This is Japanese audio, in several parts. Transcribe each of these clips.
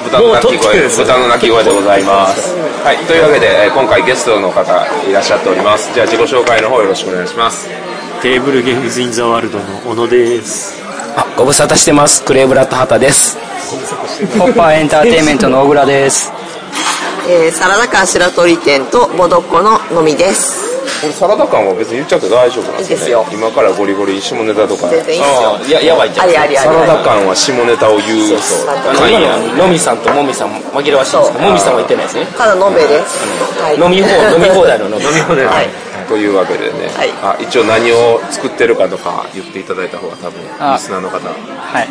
豚の鳴き声でございます。はい、というわけで、今回ゲストの方いらっしゃっております。じゃあ自己紹介の方よろしくお願いします。 テーブルゲームズインザワールドの小野です。 ご無沙汰してます。クレーブラッドハタです。 ホッパーエンターテインメントの小倉です。 サラダ缶白鳥店とボドッコののみです。 これサラダ缶は別に言っちゃって大丈夫なんですね。 いいですよ。 今からゴリゴリ下ネタとか。 全然いいですよ。 やばいじゃん。 サラダ缶は下ネタを言う。 今ののみさんともみさん紛らわしいんですけど、もみさんは言ってないですね。 ただのべです。 飲み放題の飲み放題。 はい。というわけでね、一応何を作ってるかとか言っていただいた方が多分リスナーの方。 はい。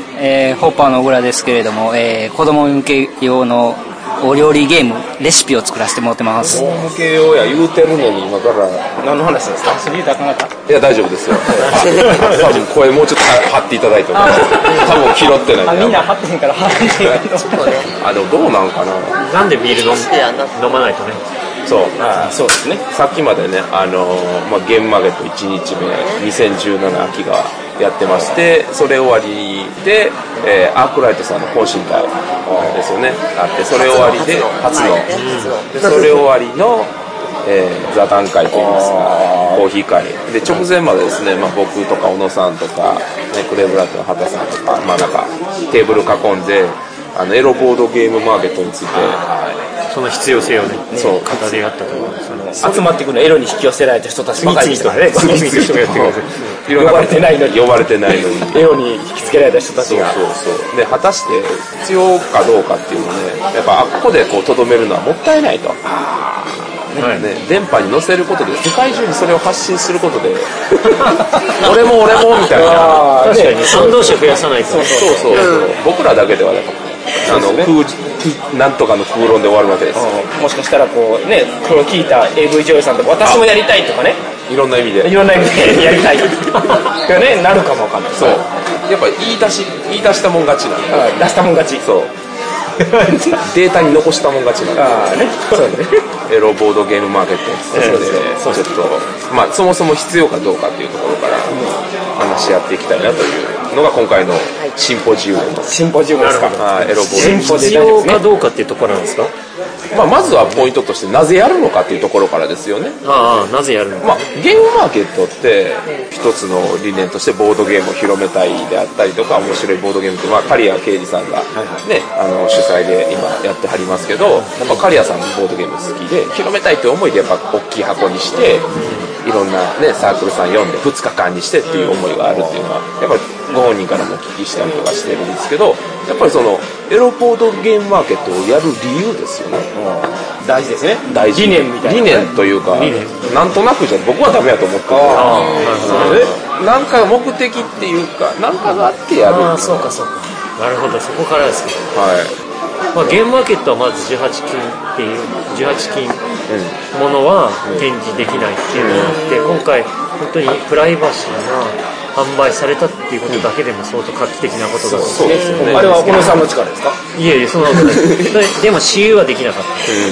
ホッパーの小倉ですけれども、子供向け用のお料理ゲームレシピを作らせてもらってます。 子供向け用や言うてるのに今から何の話ですか？それ言うたらあかんかった？ いや大丈夫ですよ。多分声もうちょっと張っていただいても多分拾ってない。 みんな張ってへんから張ってへんけど。 でもどうなんかな。 なんでビール飲まないとね。 そうですね。さっきまでねゲームマーケット1日目2017秋がやってまして、それ終わりで、アークライトさんの懇親会ですよねあって、それ終わりで初のでそれ終わりの座談会といいますかコーヒー会で、直前までですね、僕とか小野さんとか、クレーブラッドの畑さんとか、なんかテーブル囲んでエロボードゲームマーケットについてその必要性をねそう語り合ったと思う。 集まってくるエロに引き寄せられた人たちばかりですからね。 次々と人がやってくる。 呼ばれてないのにエロに引きつけられた人たちが。 そうで果たして必要かどうかっていうのをね、やっぱここでこう留めるのはもったいないと。電波に乗せることで世界中にそれを発信することで俺もみたいな。 確かに賛同者増やさないと。 そう僕らだけではなかったなんとかの空論で終わるわけです。 もしかしたらこれを聞いた AV 女優さんとか私もやりたいとかね、 いろんな意味でやりたいがねなるかもわかんない。 そうやっぱ言い出したもん勝ちなんだ。 出したもん勝ち。 そうデータに残したもん勝ちなんだ。そうね。エロボードゲームマーケットですので、ちょっとそもそも必要かどうかっていうところから話し合っていきたいなというのが今回のシンポジウムですか。エロボード必要かどうかっていうところなんですか。 まずはポイントとしてなぜやるのかっていうところからですよね。 なぜやるのか。 ゲームマーケットって一つの理念としてボードゲームを広めたいであったりとか、面白いボードゲームって刈谷啓二さんがね主催で今やってはりますけど、刈谷さんもボードゲーム好きで広めたいという思いでやっぱ大きい箱にしていろんなねサークルさん読んで2日間にしてっていう思いがあるっていうのはやっぱりご本人からもお聞きしたりとかしてるんですけど、やっぱりそのエロボードゲームマーケットをやる理由ですよね。 大事ですね。 大事。 理念みたいな。 理念というか、なんとなくじゃ僕はダメだと思ってる。なんか目的っていうか、なんかがあってやる。 そうか。なるほど、そこからですか。 はい。 ゲームマーケットはまず18金っていう18金ものは展示できないっていうのがあって、今回本当にプライバシーが販売されたっていうことだけでも相当画期的なことだと思うんですよね。 あれは小野さんの力ですか？ いやそんなことないでも私有はできなかった。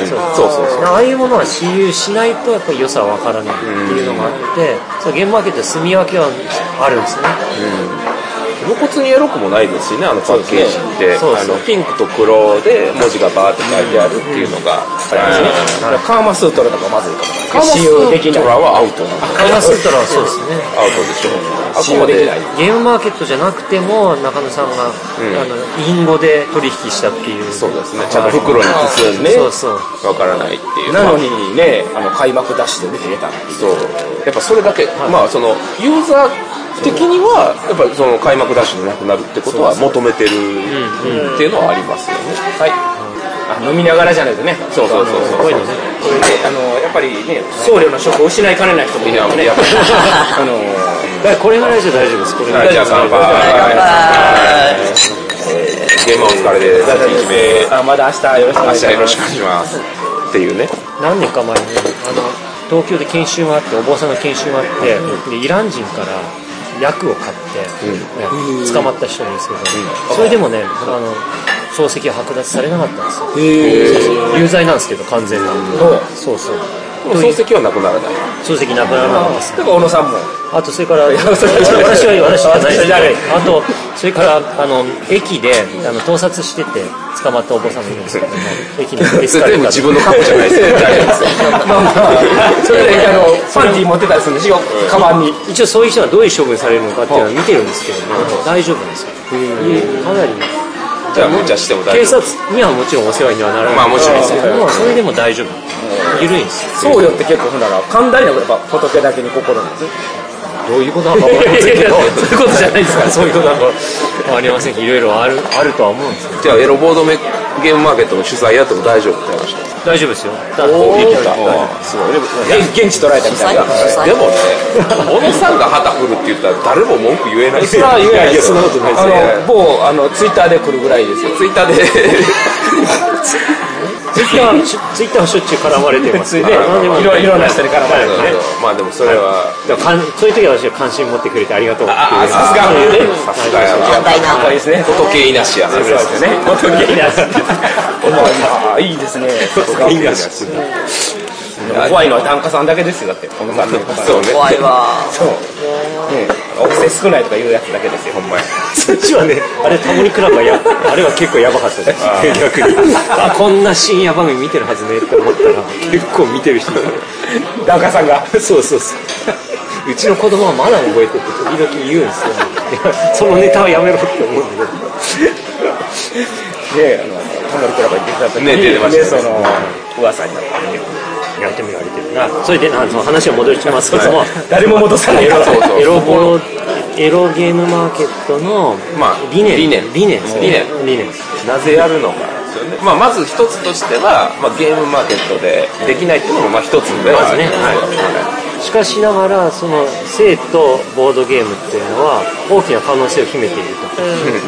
そうああいうものは私有しないとやっぱり良さは分からないっていうのがあって、ゲームマーケットで住み分けはあるんですね。 露骨にエロくもないですしね、パッケージってピンクと黒で文字がバーって書いてあるっていうのがありますね。 カーマスートラとかまずいかも。 カーマスートラはアウトなんカーマスートラはそうですね。 アウトでしょう。 使用できない。 ゲームマーケットじゃなくても中野さんが隠語で取引したっていう。 そうですね。ちゃんと袋に包んでわからないっていう。 なのにね開幕ダッシュで出てたっていう。 そう。やっぱそれだけそのユーザー的にはやっぱりその開幕ダッシュでなくなるってことは求めてるっていうのはありますよね。 はい。飲みながらじゃないとね。 そう。 こういうのね。 これでやっぱりね僧侶の職を失いかねない人もいるのでね。 これぐらいじゃ大丈夫です。これぐらいじゃあ乾杯。ゲームお疲れです。1日目。 まだ明日よろしくお願いします。 っていうね。 何年か前に東京で研修があってお坊さんの研修があってでイラン人から薬を買って捕まった人なんですけど、それでもね漱石は剥奪されなかったんですよ。有罪なんですけど完全な。そう漱石はなくならない。 漱石なくならないです。 だから小野さんもあとそれから私じゃない。あとそれから駅で盗撮してて捕まったお坊さんもいるんですけども、駅のエスカレーターで全部自分の過去じゃないですよ。 それでパンティー持ってたりするんですよ、カバンに。 一応そういう人がどういう処分されるのかっていうのは見てるんですけども、大丈夫なんですよ。かなり。 じゃあ無茶しても大警丈夫。 察にはもちろんお世話にはならない。 まあもちろんですよ。 それでも大丈夫。緩いんですよ。 僧侶って結構ほんなら寛大なやっぱ仏だけに心なんですよ。 どういうことなのか分かりませんけど、そういうことじゃないですか。そういうことなのか分かりませんけど、いろいろあるとは思うんですけど。 じゃあエロボードゲームマーケットの主催やっても大丈夫って話ですか。 大丈夫ですよ。 すごい。 現地捉えたみたいな。 でもね、小野さんが旗振るって言ったら誰も文句言えないですよ。 それは言えないですよ。 そんなことないですよ。 某ツイッターで来るぐらいですよ。 ツイッターでツイッターはしょっちゅう絡まれてますね。 いろんな人に絡まれてね。 まあでもそれはそういう時は私は関心持ってくれてありがとうっていう。 さすがや寛大ないいですね。 仏いなしやな。 そうですね。仏いなし。いいですね。 仏いなし。 怖いのは檀家さんだけですよ、だって小野さんのそうね。 怖いわ。 そうお布施少ないとか言うやつだけですよ、ほんまに。 そっちはね、あれタモリクラブはあれは結構やばかったです逆にこんな深夜番組見てるはずねって思ったら結構見てる人檀家さんがそううちの子供はまだ覚えてて時々言うんですよ。いやそのネタはやめろって思うんだけどでタモリクラブに出てた時に出てましたね。 その噂になってやってみられてるな。それでその話を戻しますけども、 誰も戻さないからエロゲームマーケットの理念なぜやるのかですよね。まあまず一つとしては、ゲームマーケットでできないっていうのも一つではある。 しかしながらその性とボードゲームっていうのは大きな可能性を秘めていると。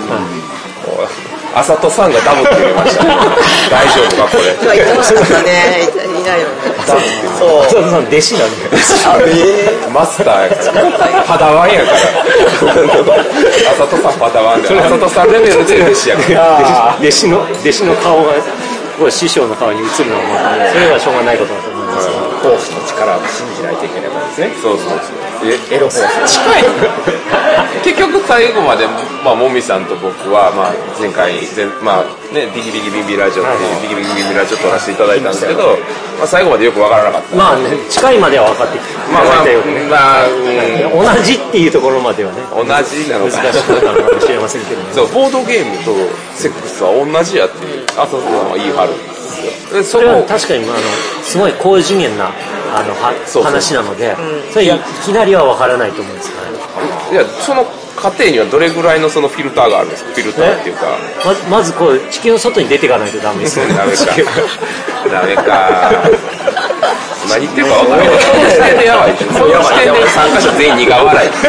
あさとさんがダムって言いました。大丈夫かこれ。 今言ってましたね。いないよね。 そう。浅田さん弟子なんだよ。 マスターやからパダワンやからあさとさんパダワンであさとさんレベルで弟子やから弟子の顔が師匠の顔に映るのはそれはしょうがないことだと思います。 フォースの力を信じないといけないからですね。 そうエロフォース近い結局最後までもみさんと僕は前回ビキビキビンビラジオっていうビキビキビンビラジオ撮らせていただいたんですけど最後までよくわからなかった。 近いまでは分かってきた。同じっていうところまではね同じなのか難しかったかもしれませんけどね。 そうボードゲームとセックスは同じやってあさとさんは言い張るんですよ。 それは確かにすごい高次元な話なのでそれいきなりは分からないと思うんですから。 いやその過程にはどれぐらいのそのフィルターがあるんですか。フィルターっていうかまず地球の外に出ていかないとダメですよね。 ダメか何言ってるか分からない。その時点でやばい。その時点で参加者全員苦笑い。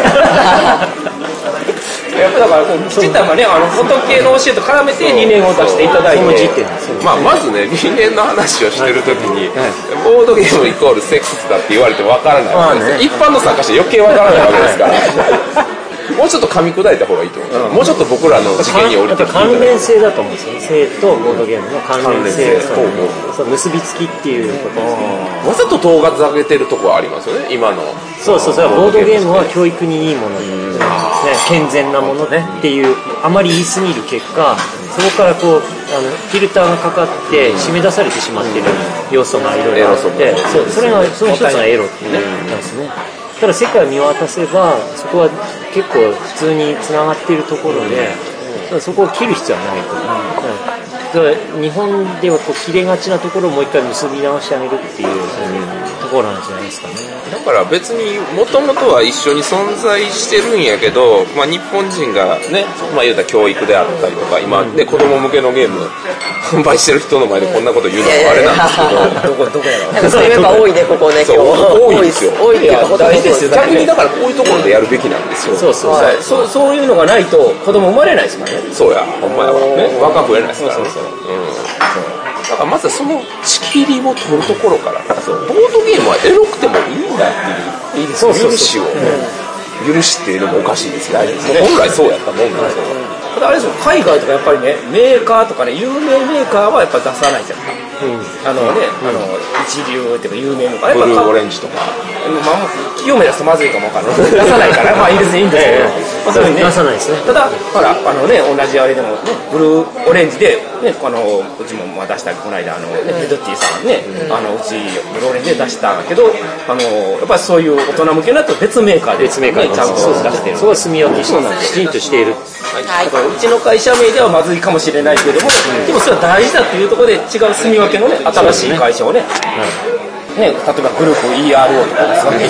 やっぱだからきちっとね仏の教えと絡めて理念を出していただいて、 まずね理念の話をしてるときにボードゲームイコールセックスだって言われて分からないわけです。一般の参加者余計分からないわけですからもうちょっと噛み砕いた方がいいと思う。もうちょっと僕らの次元に降りてきて関連性だと思うんですよね。性とボードゲームの関連性結びつきっていうことわざと遠ざけてるところはありますよね今の。 それはボードゲームは教育にいいもの、健全なものっていうあまり言い過ぎる結果そこからフィルターがかかって締め出されてしまっている要素がいろいろあってそれがその一つがエロっていうねなんですね。ただ世界を見渡せばそこは結構普通につながっているところでそこを切る必要はないと。だから日本では切れがちなところをもう一回結び直してあげるっていうところなんじゃないですかね。 だから別にもともとは一緒に存在してるんやけど、日本人がね、言うたら教育であったりとか今ね子供向けのゲーム販売してる人の前でこんなこと言うのはあれなんですけどどこやろなんかそういうメンバー多いねここね今日。 多いですよ。 多いっていうか大事ですよ。 逆にだからこういうところでやるべきなんですよ。 そういうのがないと子供生まれないですからね。 そうやほんまやわね若増えないですからね。だからまずはその仕切りを取るところからボードゲームはエロくてもいいんだっていう許しを許しっていうのもおかしいですよね。本来そうやったもんなんですよ。 ただあれですよ海外とかやっぱりねメーカーとかね有名メーカーはやっぱ出さないじゃん。一一流っていうか有名なのかブルーオレンジとか。 まあ、企業名出すとまずいかもわかんない。出さないから、まあいいですね、いいんですけど。まあ、そういうね。 出さないですね。 ただ、ほら、同じあれでもね、ブルーオレンジで、ね、うちもまあ出したこの間、ヘドッティさんね、うちブルーオレンジで出したんだけど、やっぱりそういう大人向けのやつ別メーカーで、 別メーカーでちゃんと出してる。 そう住み分けしてきちんとしている。 だからうちの会社名ではまずいかもしれないけども、でもそれは大事だっていうところで違う住み分けのね、新しい会社をね、例えばグループ ERO とかですかね。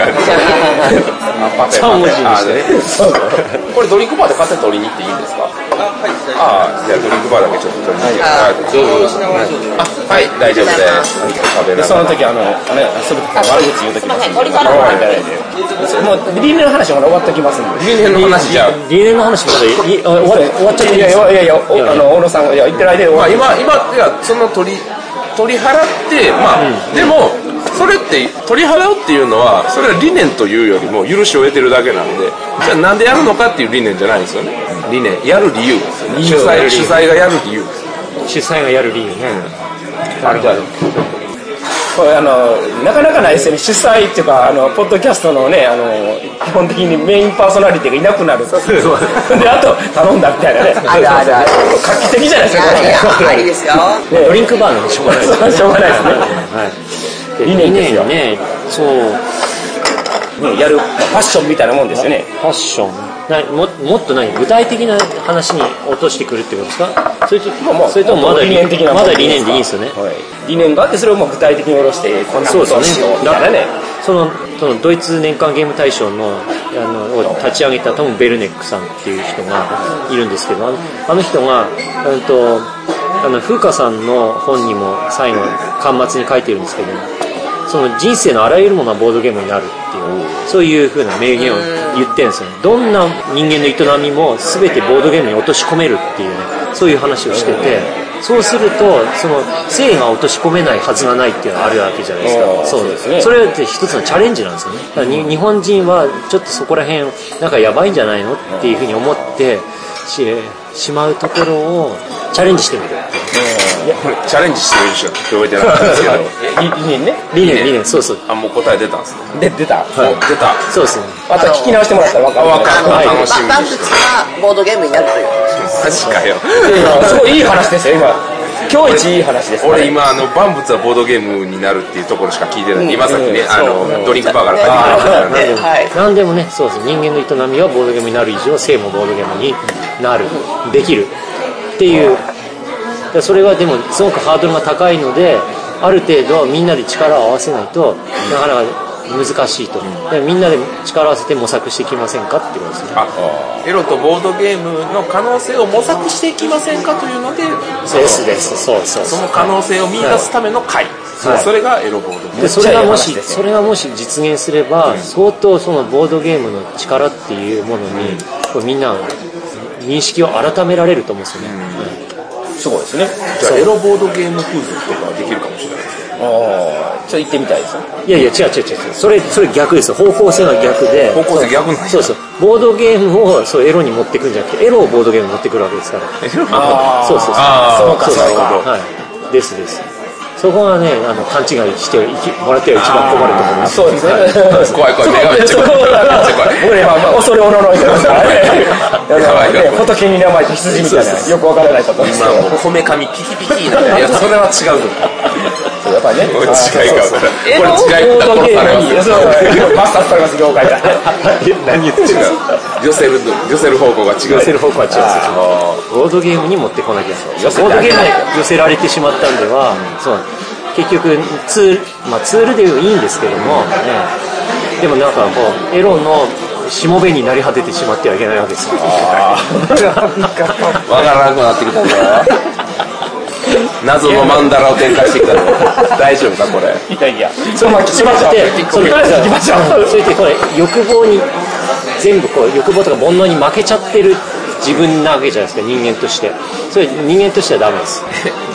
3文字にしてね。 これドリンクバーで買って取りに行っていいんですか？じゃあドリンクバーだけちょっと取りに行って。はい、大丈夫です。食べながら。 その時すぐ悪口言う時も鳥からもいただいて、もう理念の話は終わっときますんで。 理念の話じゃ理念の話まで終わっちゃっていいですか？ いや大野さんが言ってる間で今いやその取り払ってでもそれって取り払うっていうのはそれは理念というよりも許しを得てるだけなんで、じゃあなんでやるのかっていう理念じゃないんですよね。理念やる理由ですよね。主催がやる理由です。 主催がやる理由ね。 なるほど。これなかなかないですよね。主催っていうかポッドキャストのね基本的にメインパーソナリティがいなくなる。であと頼んだみたいなね。 ある。 画期的じゃないですか。これありですよ。 ドリンクバーなんでしょうがないですね。 しょうがないですね。 理念ですよね。そうね、やるファッションみたいなもんですよね。 ファッションもっと具体的な話に落としてくるってことですか？それともまだ理念でいいんですよね。 理念があってそれを具体的に下ろしてこんなことをしようみたいなね。 そのドイツ年間ゲーム大賞のを立ち上げたトム・ベルネックさんっていう人がいるんですけど、あの人が風花さんの本にも最後巻末に書いてるんですけど、その人生のあらゆるものはボードゲームになるっていうそういう風な名言を言ってるんですよね。どんな人間の営みも全てボードゲームに落とし込めるっていうね、そういう話をしてて、そうするとその性が落とし込めないはずがないっていうのがあるわけじゃないですか。そうですね。それって一つのチャレンジなんですよね。だから日本人はちょっとそこら辺なんかやばいんじゃないのっていう風に思ってしまうところをチャレンジしてみる。 チャレンジしてるしか聞こえてなかったんですけど。 理念、そうそう。 もう答え出たんですね。 出た。 出た。 そうですね。 また聞き直してもらったら分かる。 楽しみにして。 バンプがボードゲームになるという。 マジかよ。 すごいいい話ですよ今。今日一いい話です。 俺今万物はボードゲームになるっていうところしか聞いてない。今さっきねドリンクバーから帰ってきたからね。 なんでもね、そうです。人間の営みはボードゲームになる以上、性もボードゲームになる、できるっていう。それはでもすごくハードルが高いので、ある程度みんなで力を合わせないとなかなか難しいと。でみんなで力を合わせて模索していきませんかってことですね。 エロとボードゲームの可能性を模索していきませんかというので、その可能性を見出すための会、それがエロボードゲームで、 それがもし実現すれば、相当そのボードゲームの力っていうものにみんな認識を改められると思うんですよね。 すごいですね。 じゃあエロボードゲーム風俗とかできるかもしれないですね。 ちょっと行ってみたいですね。 いや違う。それ逆ですよ。方向性が逆で。 方向性逆なんです。 そう。ボードゲームをエロに持ってくんじゃなくて、エロをボードゲームに持ってくるわけですから。そうか。です。そこがね、勘違いしてもらっては一番困るところです。 そうですね。 怖い、目がめっちゃ怖い。 僕ね、恐れおののいてますからね。仏に名前と羊みたいな、よくわからないことです。 今もうこめかみピキピキなんで、いや、それは違う。 やっぱりね。 これ違いか。これ違いだ。殺されます。 マスターされます、業界で。 何言ってるか。 寄せる方向が違う。 寄せる方向は違う。ボードゲームに持ってこなきゃ。ボードゲームに寄せられてしまったんでは、結局ツールでいいんですけども、でもなんかエロのしもべになり果ててしまってはいけないわけですよ。 わからなくなってきたぞ。謎のマンダラを展開してきたぞ。大丈夫かこれ。 いや。それしましょう。それでこれ欲望に全部欲望とか煩悩に負けちゃってる自分なわけじゃないですか、人間として。それ人間としてはダメです。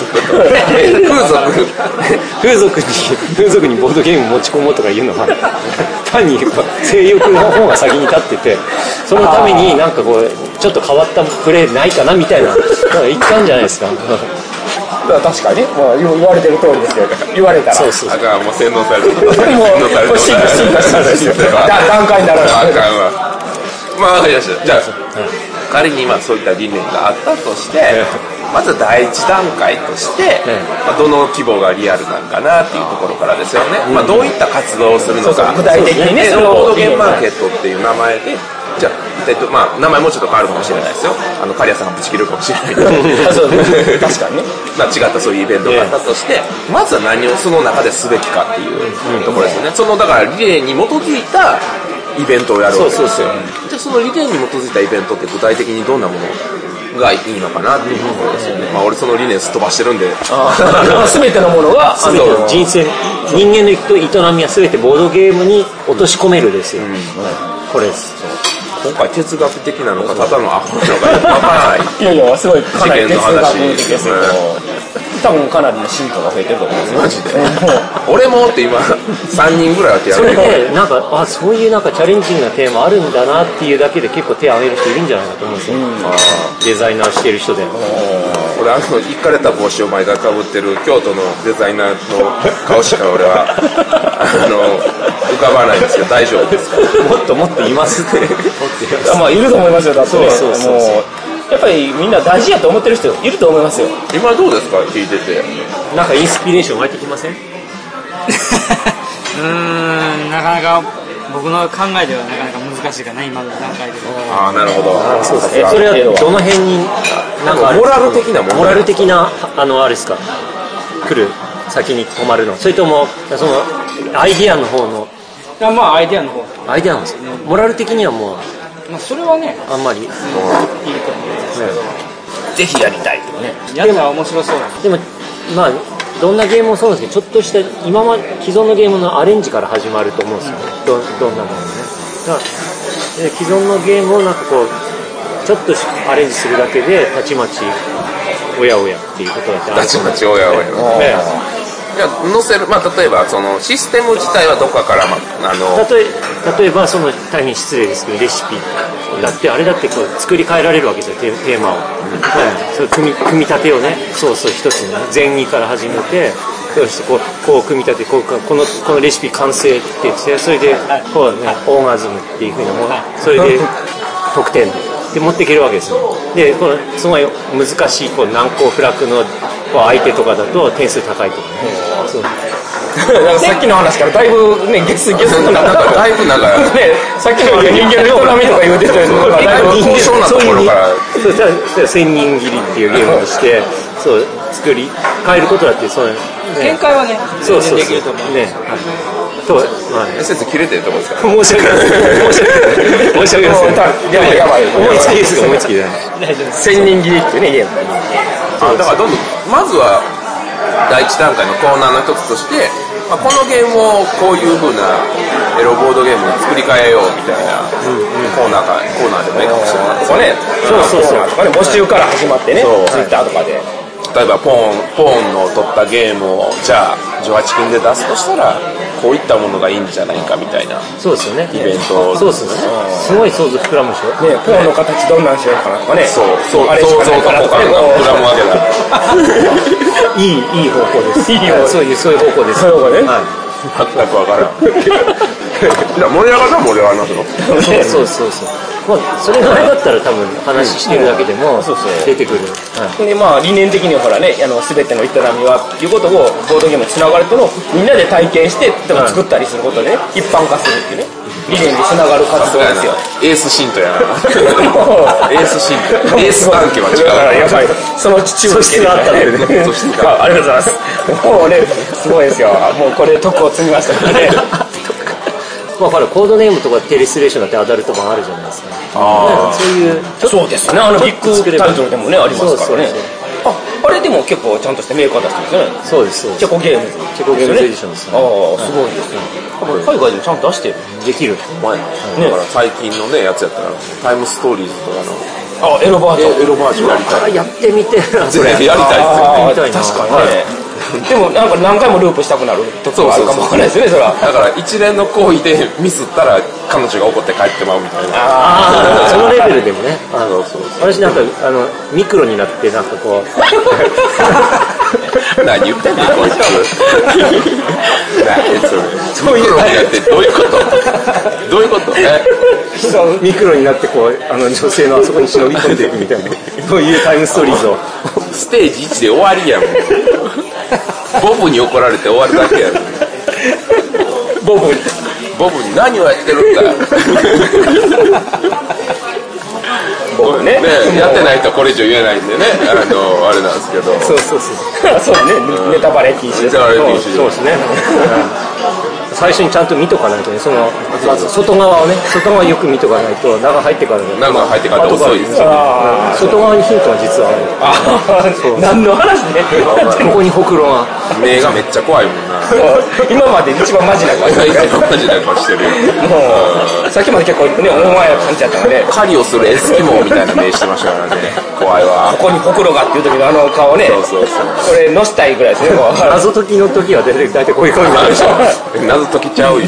風俗にボードゲーム持ち込もうとかいうのは単に性欲の方が先に立ってて、そのためになんかちょっと変わったプレーないかなみたいな言ったんじゃないですか。 だから確かにね、まあ、言われてる通りですよ。言われたら。 そうそう。 だからもう洗脳されてる。 もう進化したんですよ。段階にならない。 あかんわ。まあわかりました。じゃあ、仮にまあそういった理念があったとして、まず第一段階として、まあ、どの規模がリアルなんかなっていうところからですよね。まあどういった活動をするのか。 具体的にね、 ボードゲームマーケットっていう名前で、じゃあ、まあ名前もうちょっと変わるかもしれないですよ。刈谷さんがぶち切るかもしれないけど。 そう確かにね。 まあ違ったそういうイベントがあったとして、まずは何をその中ですべきかっていうところですよね。そのだから理念に基づいたイベントをやるわけですよ。じゃあその理念に基づいたイベントって具体的にどんなものがいいのかなっていうところですよね。まあ俺その理念すっ飛ばしてるんで。 全てのものが全ての人生、人間の営みは全てボードゲームに落とし込めるですよ。これです。 今回哲学的なのかただのアホなのかよくわからない。 いやいや、すごいかなり哲学的ですよ。 ね。 多分かなりの進化が増えてると思うんですよ。 マジで。俺もって今3人ぐらいは手それ挙げてでなんかそういうなんかチャレンジングなテーマあるんだなっていうだけで結構手を挙げる人いるんじゃないかと思うんですよ。デザイナーしてる人で。 俺行かれた帽子を毎回かぶってる京都のデザイナーの顔しか俺は浮かばないんですけど大丈夫ですか？ もっといますね。 まあいると思いますよ。だってね、 そうもうやっぱりみんな大事やと思ってる人いると思いますよ。 今どうですか聞いてて。 なんかインスピレーション湧いてきません？ なかなか僕の考えではなかなか難しいかな今の段階で。 ああなるほど。 そうですね。それはどの辺になんかモラル的なもの？ モラル的なあれですか？来る先に止まるの？それともそのアイディアの方の？ まあアイデアの方。 アイディアなんですか？モラル的にはもう。 まあそれはね、 あんまり、 いいと思うんですけど、 ぜひやりたいとかね。 やったら面白そうなんでもまあどんなゲームもそうなんですけど、ちょっとした既存のゲームのアレンジから始まると思うんですよ。どんなものね。だから既存のゲームをなんかこうちょっとアレンジするだけでたちまちおやおやっていうことだってあると思うんですよ。 たちまちおやおや。いや載せる、まあ、例えばそのシステム自体はどこかから、 例えばその大変失礼ですけどレシピだってあれだってこう作り変えられるわけですよテーマを、それ組み立てをねそう一つの前儀から始めてそしてこう組み立てこのレシピ完成って言ってそれでこうねオーガズムっていうふうなものそれで得点で持っていけるわけですよ。でこのすごい難しい難攻不落の相手とかだと点数高いとかね。そうなんかさっきの話からだいぶねゲスのなんかだいぶなんかねさっきの人間の営みとか言うてたのがだいぶ高尚なところからそうしたら千人斬りっていうゲームにしてそう変えることだってそう見解はねそうできると思うねと先生切れてるとこですか？ 申し訳ない申し訳ないやばい思いつきです思いつきで千人斬りっていうねゲームだからどんどんまずは第一段階のコーナーの一つとして、まあ、このゲームをこういう風なエロボードゲームに作り変えようみたいなコーナーでもいいかもしれないですね。 そう募集から始まってねツイッターとかで例えばポーンの取ったゲームをじゃあ18金で出すとしたらこういったものがいいんじゃないかみたいなそうですよねイベントそうですよねすごい想像膨らむでしょねポーンの形どんなんしようかなとかねそうあれしかないから想像とか膨らむわけだいい方向ですそういう方向ですそういう方向ね全くわからん盛り上がったら盛り上がりますよそうまあそれぐらいだったら多分話してるだけでも出てくるでまあ理念的にほらね全ての営みはっていうことをボードゲームにつながるとのみんなで体験して作ったりすることでね一般化するっていうね理念につながる活動ですよエース信徒やなエース信徒エース関係は違うからやばいその父をつけてあったんでねありがとうございますもうねすごいですよもうこれ徳を積みましたからねまあほらコードネームとかテレストレーションだってアダルト版あるじゃないですかそういうそうですねビッグタイトルでもねありますからねあれでも結構ちゃんとしたメーカー出してるんですよねそうですチェコゲームズエディションですねすごいですね海外でもちゃんと出してるできる前だから最近のねやつやったらタイムストーリーズとかのエロバージョンやりたいやってみてそれやりたいっすよね確かにねでもなんか何回もループしたくなる時もあるかもわからないですよね、それは。 だから一連の行為でミスったら彼女が怒って帰ってまうみたいな。 そのレベルでもね。私なんかミクロになってなんかこう何言ってんのこいつ。何それ。そういうのやってどういうこと？どういうこと？ ミクロになってこう女性のあそこに忍び込んでいくみたいな、そういうタイムストーリーズを。 ステージ1で終わりやもん。ボブに怒られて終わるだけやろ。ボブに何をやってるんだ。 僕ねやってない人はこれ以上言えないんでね、あれなんですけど。 そうね、ネタバレ禁止です。 そうですね。最初にちゃんと見とかないとね、外側をね、外側よく見とかないと、中入ってからね。 中入ってから遅いですよね。 外側にヒントは実はある。 何の話ね。 ここにほくろが。 目がめっちゃ怖いもんな。 今まで一番マジな顔してる。 マジな顔してるよ。 もう、さっきまで結構ね、お前や感じだったので。 狩りをするエスキモーみたいな目してましたからね。怖いわ。 ここにほくろがっていう時の顔ね。 そう。 これのしたいぐらいですね。 謎解きの時は大体こういう顔になるでしょ。 謎解きちゃうよ。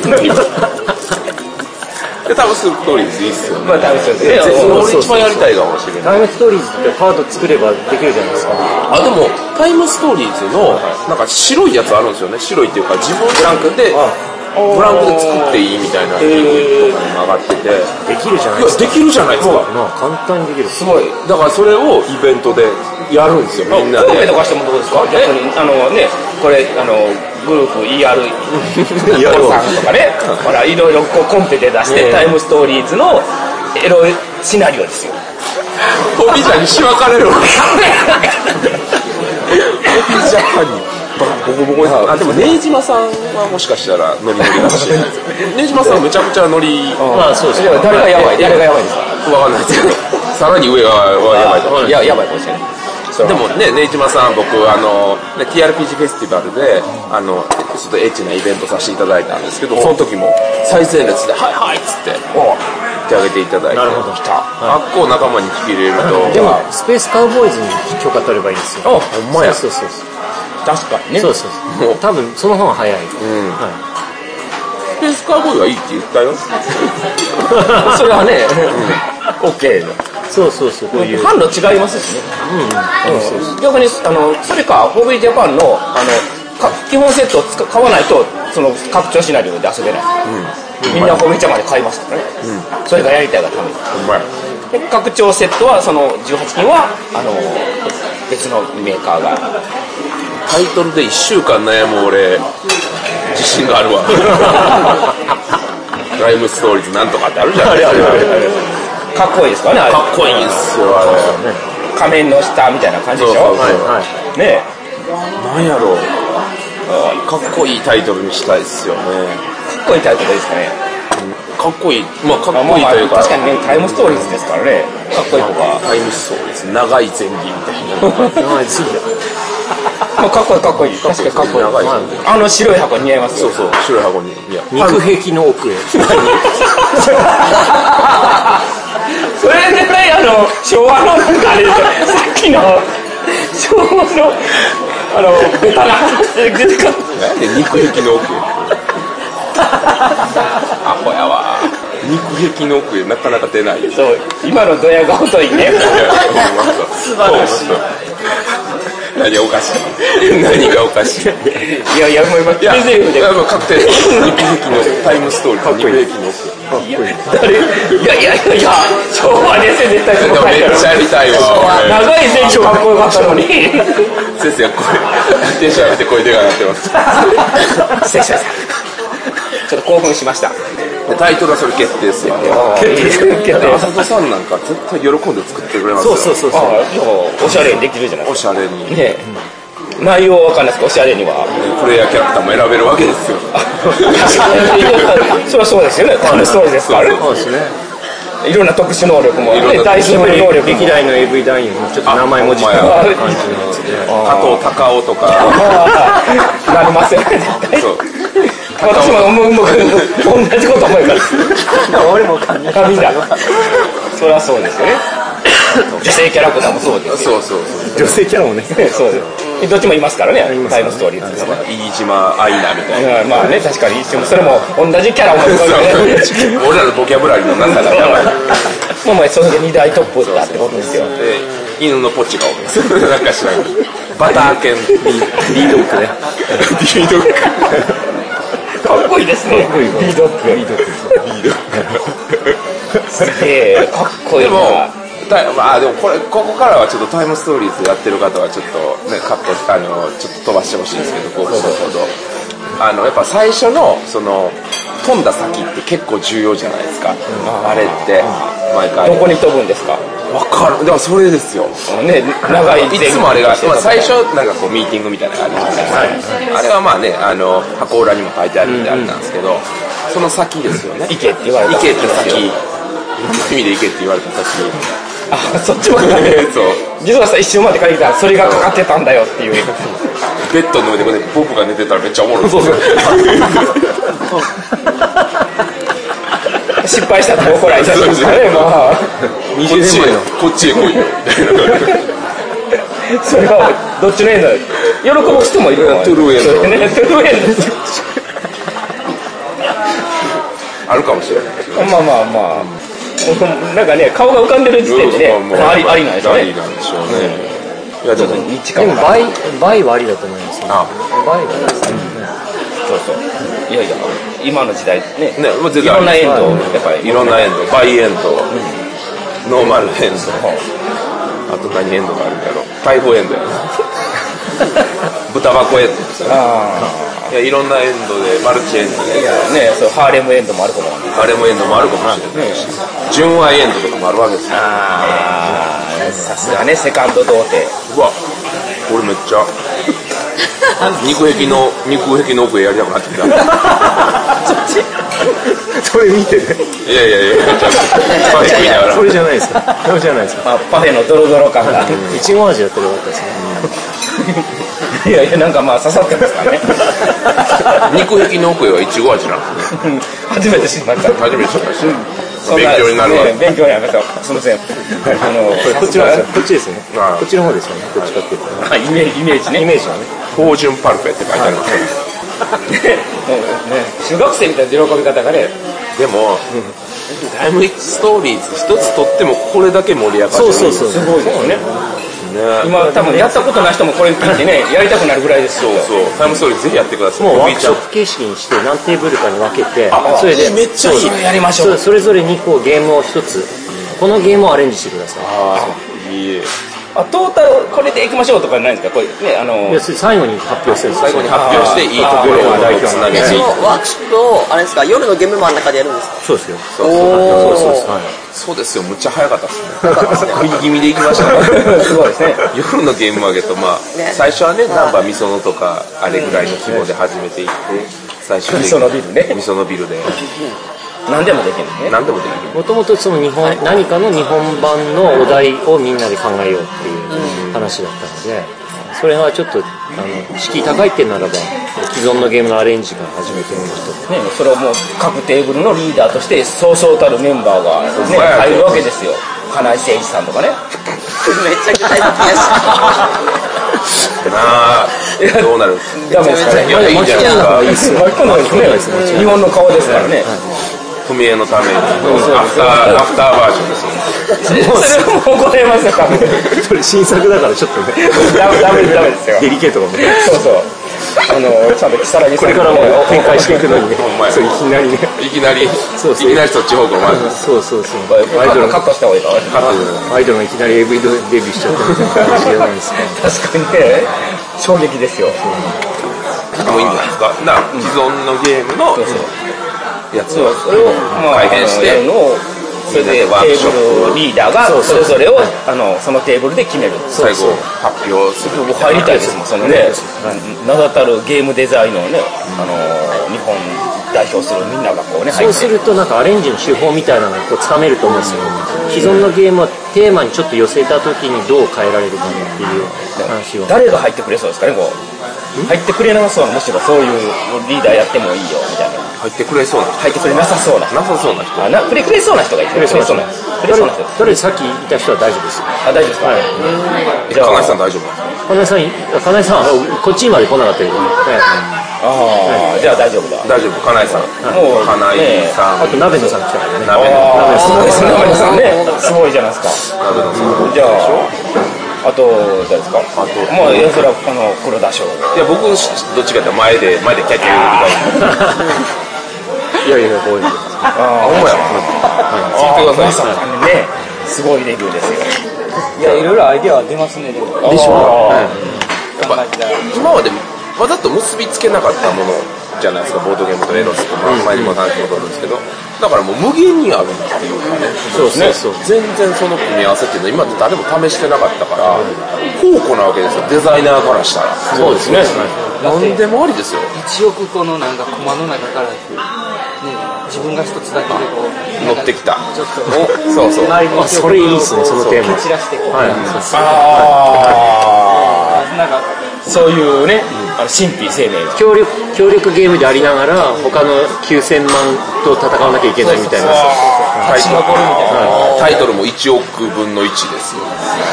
で、タイムストーリーズいいっすよね。 まあ、タイムストーリーズね。 俺一番やりたいかもしれない。 タイムストーリーズってカード作ればできるじゃないですか。 でも、タイムストーリーズの、なんか白いやつあるんですよね。白いっていうか、自分ブランクで、ブランクで作っていいみたいなリンクとかにも上がってて。 できるじゃないですか。 できるじゃないですか。 まあ、簡単にできる。 すごい。 だからそれをイベントでやるんですよ、みんなで。 神戸とかしてもどうですか？逆に、ね、これ、グループ ER さんとかね、ほら、いろいろコンペで出して、タイムストーリーズのエロシナリオですよ。 ホビジャにしばかれる。ホビジャパンにボコボコに。でも根島さんはもしかしたらノリノリかもしれないです。根島さんめちゃくちゃノリ。 まあそうですね。誰がやばいですか？ わかんないですけど、さらに上はやばいと思う。 やばいかもしれない。 でもね、根島さん、僕、TRPG フェスティバルで、ちょっとエッチなイベントさせていただいたんですけど、その時も最前列で、はいっつって、手挙げていただいて、 なるほど。 あっこを仲間に聞き入れると。 でも、スペースカウボーイズに許可取ればいいですよ。 ほんまや。 そう。 確かにね。 そう。多分、その方が早い。 スペースカウボーイはいいって言ったよ。 それはね、OK の。 そう。こういう。 ファンの違いますしね。逆に、それか、ホビージャパンの、基本セットを買わないと、拡張シナリオで遊べない。みんなホビージャパンで買いますからね。それがやりたいがために。で拡張セットは、18金は、別のメーカーが。 タイトルで1週間悩む俺、自信があるわ。タイムストーリーズなんとかってあるじゃないですか。 かっこいいですかね、あれ。 かっこいいんすよ、あれ。 仮面の下みたいな感じでしょ。ねなんやろう。かっこいいタイトルにしたいっすよね。 かっこいいタイトルですかね。 かっこいい。まあ、かっこいいというか。 確かにね、タイムストーリーズですからね。かっこいいとか。 タイムストーリーズ。長い前儀みたいな。 長い前儀だ。 かっこいい。確かにかっこいい。白い箱似合いますよ。 そう。白い箱に。 肉壁の奥へ。 それ絶対昭和のなんかあれですよ。さっきの昭和のベタな出てくる。 なんで肉壁の奥へ。アホやわ。肉壁の奥へなかなか出ない。 そう、今のドヤ顔といいね。素晴らしい。 何がおかしい。何がおかしい。 いやもう今プレゼントで確定。肉壁のタイムストーリー。肉壁の奥。 いや昭和ですよ絶対そこめっちゃやりたいわ。 長い前期かっこよかったのに。 先生がテンション上げて声でかなってます。 失礼しました。ちょっと興奮しました。 タイトルはそれ決定ですよ。 決定。 浅田さんなんか絶対喜んで作ってくれますよ。 そう。 おしゃれにできるじゃないですか。 おしゃれに。 ね。内容は分かんないですけど、おしゃれには。 プレイヤーキャラクターも選べるわけですよ。 そりゃそうですよね。タイムストーリーですから。 そうですね。 いろんな特殊能力も、大数分能力。 歴代の AV 男優もちょっと名前文字とか感じのやつで。 加藤隆夫とか。 なりますよね、絶対。私も同じこと思います。 俺も髪だ。 そりゃそうですよね。 女性キャラクターもそうですそうそう女性キャラもねそうですどっちもいますからねタイムストーリーですね飯島愛菜みたいなまあね確かにそれも同じキャラを持ってる俺らのボキャブラリーの中がやばいもうそれで2大トップだってことですよで犬のポチがおるなんか知らんバター犬リードッグねリードッグかっこいいですねリードッグすげえかっこいいでもまあでもここからはちょっとタイムストーリーズやってる方はちょっとねカットちょっと飛ばしてほしいんですけどやっぱ最初のその飛んだ先って結構重要じゃないですか、あれって毎回どこに飛ぶんですか分かるでもそれですよ、 ね、長いいつもあれが、最初なんかこうミーティングみたいなのがあるじゃないですか、あれはまあね箱裏にも書いてあるんであれなんですけど、その先ですよね行けって言われた行けって先意味で行けって言われた先そっちまでそう実はさ一瞬まで書いてたらそれがかかってたんだよっていうベッドの上でこうボブが寝てたらめっちゃおもろい失敗したら怒られちゃうんですかねまあ 20年前のこっちへ来いよみたいなそれはどっちのエンド喜ぶ人もいるのトゥルーエンドトゥルーエンドあるかもしれないまあなんかね顔が浮かんでる時点でねありなんでしょうねありなんでしょうねいやちょっとニッチかもでもバイはありだと思いますねバイはそういや今の時代ねもう全然いろんなエンドやっぱりいろんなエンドバイエンドノーマルエンドあと何エンドがあるんだろう逮捕エンドやな豚箱エンドですよねいやいろんなエンドでマルチエンドでねそうハーレムエンドもあると思うんですハーレムエンドもあるかもしれないし純愛エンドとかもあるわけですよさすがねセカンド童貞うわこれめっちゃ肉壁の奥へやりたくなってきたそれ見てねいやパフェ食いながらそれじゃないですかパフェのドロドロ感がいちご味やったらよかったですねいやなんかまあ刺さってますからね肉壁の奥へはいちご味なんですね初めて知りました初めて知りました勉強になるわ勉強になりましたすみませんこっちですねこっちの方ですよねどっちかっていうとイメージねイメージはね芳醇パルフェって書いてあります中学生みたいな喜び方がねでもタイムストーリーズ一つとってもこれだけ盛り上がるそうすごいですね今多分やったことない人もこれ聞いてねやりたくなるぐらいですよそうタイムストーリーぜひやってくださいもうワークショップ形式にして何テーブルかに分けてそれでめっちゃいいやりましょうそれぞれにこうゲームを一つこのゲームをアレンジしてくださいいいえトータルこれでいきましょうとかないんですかこれねいや最後に発表するんです最後に発表していいところをつなげてそのワークショップをあれですか夜のゲームマンの中でやるんですかそうですよそうですよむっちゃ早かったですね食い気味でいきましたすごいですね夜のゲームマーケット最初はねナンバーみそのとかあれぐらいの規模で始めていって最終的にみそのビルで何でもできるね何でもできるもともとその何かの日本版のお題をみんなで考えようっていう話だったのでそれはちょっと敷居高いってならば既存のゲームのアレンジから始めてみるとねそれをもう各テーブルのリーダーとしてそうそうたるメンバーがね入るわけですよ金井誠一さんとかねめちゃくちゃ入ってきましたどうなるダメですかねいやいいじゃないですか巻き込んだ方がいいですね日本の顔ですからね踏み絵のためにアフターバージョンですよそれはもう答えますよ多分それ新作だからちょっとねダメですよデリケートかもねそうちゃんと木更木さんこれからも展開していくのにねそういきなりねいきなりそっち方向まずそうアイドルカットした方がいいからアイドルがいきなり AV デビューしちゃったみたいな感じじゃないですか確かにね衝撃ですよもういいんじゃないですか既存のゲームのやつをそれを改変してやるのをそれでテーブルリーダーがそれぞれをそのテーブルで決める最後発表する入りたいですもんそのね名だたるゲームデザインのね日本代表するみんながこうねそうするとなんかアレンジの手法みたいなのをこうつかめると思うんですよ既存のゲームはテーマにちょっと寄せた時にどう変えられるかっていう話を誰が入ってくれそうですかねこう入ってくれなそうなむしろそういうリーダーやってもいいよみたいな入ってくれそうな人。 入ってくれなさそうな人。くれそうな人がいて。くれそうな人。 とりあえずさっきいた人は大丈夫ですよ。 大丈夫ですか。 じゃあ金井さん大丈夫。 金井さんはこっちまで来なかったけどね。 じゃあ大丈夫だ。 大丈夫。金井さん。もう金井さん。 あと鍋野さん来たからね。 鍋野さんね。すごいじゃないですか。 鍋野さん。 じゃあ。あと誰ですか。まあそれは黒田翔。 いや僕どっちかって前でキャッキャ言うみたいな。いやこういう。ほんまや。 ついてください。ね、すごいレビューですよ。 いやいろいろアイデアは出ますねでも。 でしょ。 やっぱ今までわざと結びつけなかったものじゃないですか、ボードゲームとエロスと前にも話戻るんですけど、だからもう無限にあるっていうかね。 そうですね。 全然その組み合わせっていうのは今って誰も試してなかったから宝庫なわけですよ、デザイナーからしたら。 そうですね。 何でもありですよ。 1億個のなんかコマの中からね、自分が一つだけでこう乗ってきた。 ちょっとそうそう。 それいいですね、そのテーマ。 散らしてこう。 なんかそういうね、神秘生命協力ゲームでありながら他の9000万と戦わなきゃいけないみたいな。 タイトルも1億分の1ですよ。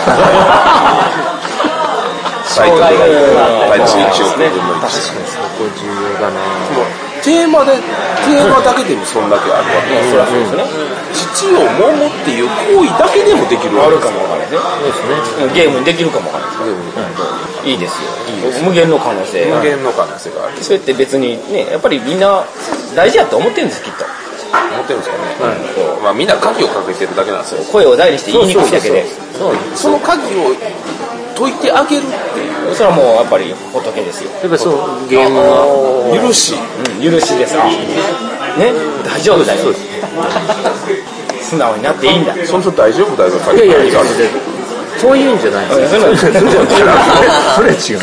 タイトルが1億分の1。 そこ重要だな。 テーマだけでもそんだけあるわけですよ。父をもむっていう行為だけでもできるわけですよ。 かもわからないですね。ゲームにできるかもわからないです。いいですよ。無限の可能性。 無限の可能性がある。 それって別にね、やっぱりみんな大事やと思ってるんですきっと。 思ってるんですかね。まあみんな鍵をかけてるだけなんですよ。 声を大にして言いにくいだけで。 その鍵を解いてあげるっていう。 それはもうやっぱり仏ですよ。 やっぱそのゲームの許し。 許しです。ね、大丈夫だよ。素直になっていいんだ。 その人大丈夫だよ。 いやそういうんじゃないですよ。それは違う。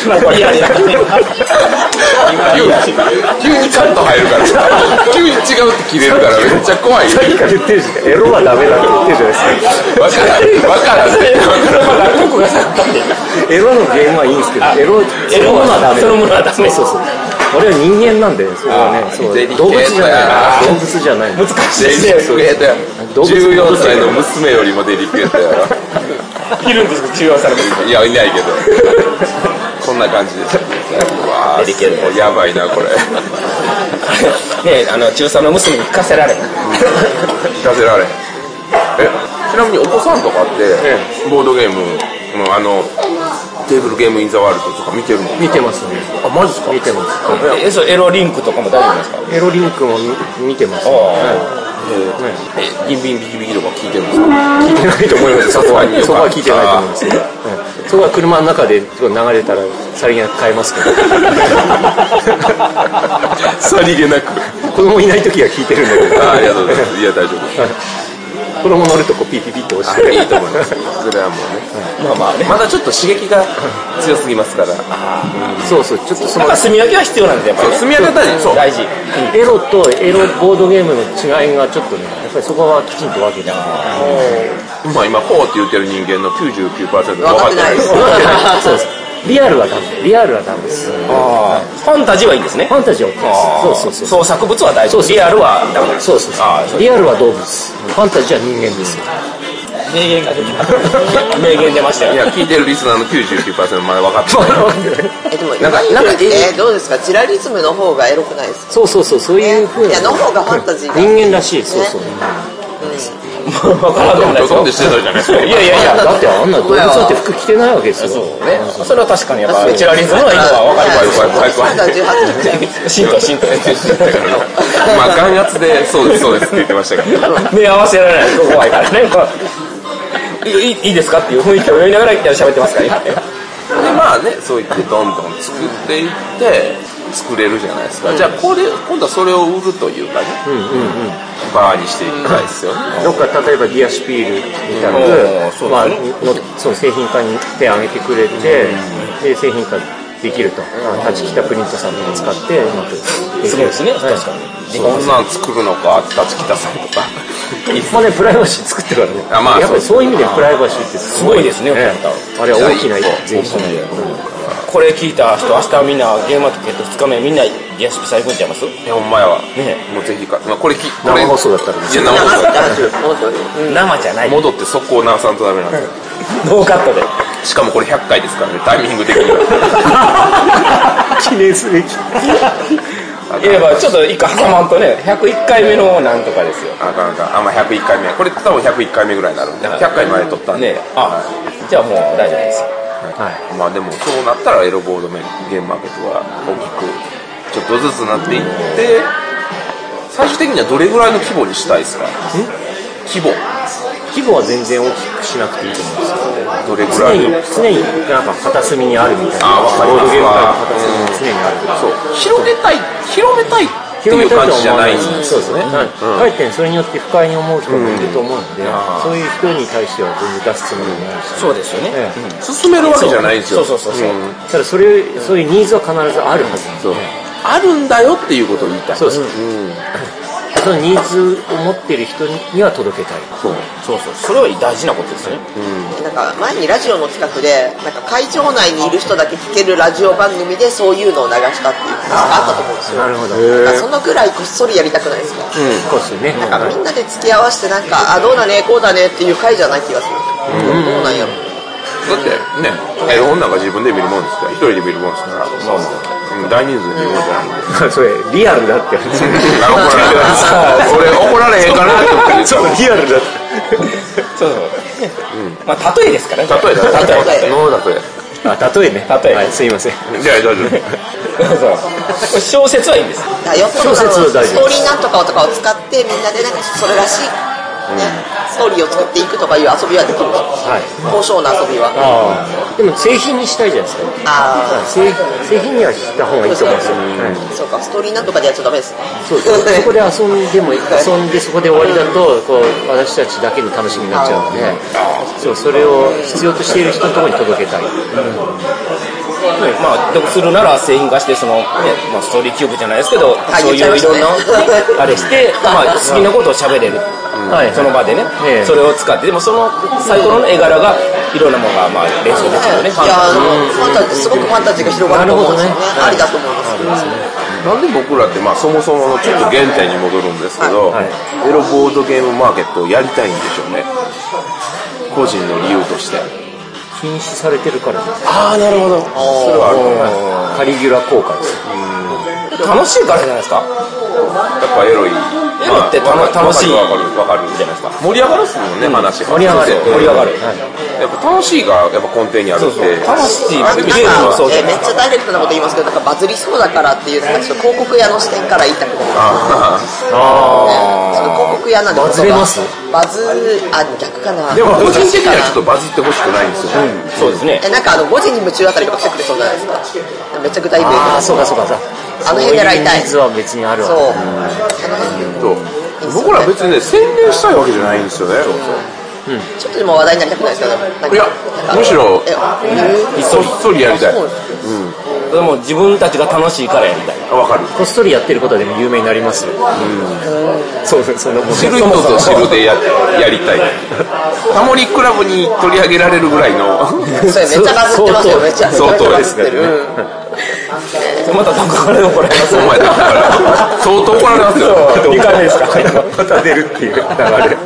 急にカット入るから。急に違うって切れるからめっちゃ怖い。 さっきから言ってるじゃん。エロはダメだって言ってるじゃないですか。 わからん。 エロのゲームはいいんですけど、エロはダメ。そのものはダメ。そう。俺は人間なんで、それはね、動物じゃない。動物じゃない。 難しいですね。 14歳の娘よりもデリケートやろ。 いるんですか、中和されてる。 いや、いないけど。こんな感じです。わデリケート。 やばいな、これ。 ね、中3の娘に聞かせられん。 聞かせられん。ちなみにお子さんとかって、ボードゲームのテーブルゲームインザワールドとか見てるの？ 見てますね。 あ、マジですか？ 見てます。 エロリンクとかも大丈夫ですか？ エロリンクも見てます。 ギンビンビキビキとか聞いてるんですか？ 聞いてないと思います。そこは聞いてないと思います。そこは車の中で流れたらさりげなく変えますけど。 さりげなく。 子供いない時は聞いてるんだけど。 ありがとうございます。いや、大丈夫。 子供乗るとこピーピーピーって押していいと思います。それはもうね。まあね。まだちょっと刺激が強すぎますから。 そう、ちょっとその。 住み分けは必要なんで、やっぱり。 住み分けは大事。 エロとエロボードゲームの違いがちょっとね、やっぱりそこはきちんと分けて。 まあ今、こうって言ってる人間の 99% 分かってないです。 そうです。リアルはダメです。 ファンタジーはいいんですね。 ファンタジーは OK です。 創作物は大丈夫。リアルはダメです。 そう。リアルは動物。ファンタジーは人間です。 名言が出てます。名言出ましたよ。 いや、聞いてるリスナーの 99% まだ分かってない。 でもどうですか、チラリズムの方がエロくないですか？ そういう風な。 の方がファンタジーが。 人間らしい。そう。 分からんでもないですよ。 でしてたじゃないですか。 いや、 だってあんな動物だって服着てないわけですよ。 そうね。それは確かにやっぱチラリズムの意図は分かります。 怖い。浸透。まあ眼圧でそうですって言ってましたから。 目合わせられないと怖いからね。いいですかっていう雰囲気を読みながら喋ってますから今。 でまあね、そう言ってどんどん作っていって作れるじゃないですか。じゃあ今度はそれを売るというかね、バーにしていきたいですよね。 どっか例えばディアシュピールみたいなその製品化に手を挙げてくれて、で製品化できると。立木北プリントさんとか使ってうまくすごいですね。確かに。 そんなん作るのか、立木田さんとか。 まあね、プライバシー作ってからね。やっぱりそういう意味でプライバシーってすごいですね。あれは大きな前進で。 これ聞いた人、明日みんなゲームマーケット2日目みんなリアスピさん行くんちゃいます？ ほんまやわ。 ねもうぜひか。まあ、これ生放送だったらいや、生放送だったら。 生じゃない。 戻って速攻直さんとダメなんですよ。 ノーカットで。 しかもこれ100回ですからね、タイミング的には。 記念すべき。 いや、ちょっと一回挟まんとね、101回目のなんとかですよ。 あかんあかん。まあ、101回目。これ多分101回目ぐらいになるんで、100回前撮ったんで。 ね、じゃあもう大丈夫です。 はい。 まあでもそうなったらエロボードゲームマーケットは大きくちょっとずつなっていって、最終的にはどれぐらいの規模にしたいですか？規模は全然大きくしなくていいと思うんですよ。 どれぐらい常になんか片隅にあるみたいな。 わかります。 ボードゲーム界の片隅に常にある。 そう。広めたいっていう感じじゃないんですよね。 かえってそれによって不快に思う人もいると思うので、そういう人に対しては全然出すつもりないし。 そうですよね。 進めるわけじゃないんですよ。 そう。 ただそういうニーズは必ずあるはずなんですね。 あるんだよっていうことを言いたい。 そうです。そのニーズを持っている人には届けたい。 そう。それは大事なことですね。 なんか前にラジオの企画でなんか会場内にいる人だけ聞けるラジオ番組でそういうのを流したっていう話があったと思うんですよ。 なるほど。 なんかそのぐらいこっそりやりたくないですか？ そうですね。 なんかみんなで付き合わせてなんかどうだねこうだねっていう回じゃない気がする。どうなんやろ。 だってね、エロ本なんか自分で見るもんですから、一人で見るもんですから、大人数で見るもんじゃないんで。 それリアルだって。 俺怒られへんかなって思って。 そうリアルだって。 そう。まあ例えですからね。 例え。 例えね。はい、すいません。 じゃあ大丈夫。 小説はいいんです。 よっぽどストーリーなんとかとかを使ってみんなでなんかそれらしいストーリーを作っていくとかいう遊びはできる。高尚な遊びは。 でも製品にしたいじゃないですか。製品にはした方がいいと思うんですよ。 そうか、ストーリーなんとかでやっちゃダメですね。 そうです。そこで遊んでそこで終わりだとこう私たちだけの楽しみになっちゃうので、それを必要としている人のところに届けたい。 まあ、するなら製品化してストーリーキューブじゃないですけど、そういういろんなあれして好きなことを喋れる、その場でね、それを使って、でもそのサイコロの絵柄がいろんなものが連想できるよね。 いやすごくファンタジーが広がると思うんですよね。ありだと思います。 なんで僕らってそもそものちょっと原点に戻るんですけど、エロボードゲームマーケットをやりたいんでしょうね、個人の理由として。 禁止されてるからです。 なるほど。 それはあると思います。 カリギュラ効果です。 楽しいからじゃないですか。 やっぱエロい。 エロって楽しい。 わかるじゃないですか。盛り上がるっすもんね、話が。 盛り上がる。 やっぱ楽しいがやっぱ根底にあるって。 楽しい。 めっちゃダイレクトなこと言いますけど、なんかバズりそうだからっていうなんかちょっと広告屋の視点から言いたくなる。広告屋なんでバズれます？ 逆かな。 でも個人的にはちょっとバズってほしくないんですよ。 そうですね。 なんか5時に夢中あたりとか来てくれそうじゃないですか。めっちゃ具体的な。 そうか。 あの辺狙いたい。 ニーズは別にあるわ。 そう。 僕ら別にね宣伝したいわけじゃないんですよね。 ちょっとでも話題になりたくないですかね。 いやむしろひっそりやりたい。 でも自分たちが楽しいからやりたい。 わかる。 こっそりやってることでも有名になりますよ。そうその知る人ぞ知るでやりたい。タモリクラブに取り上げられるぐらいの。 それめっちゃバズってますよ。めっちゃ相当ですね。 またどこから怒られます。 お前だから相当怒られますよ。 2回目ですか。 また出るっていう流れ。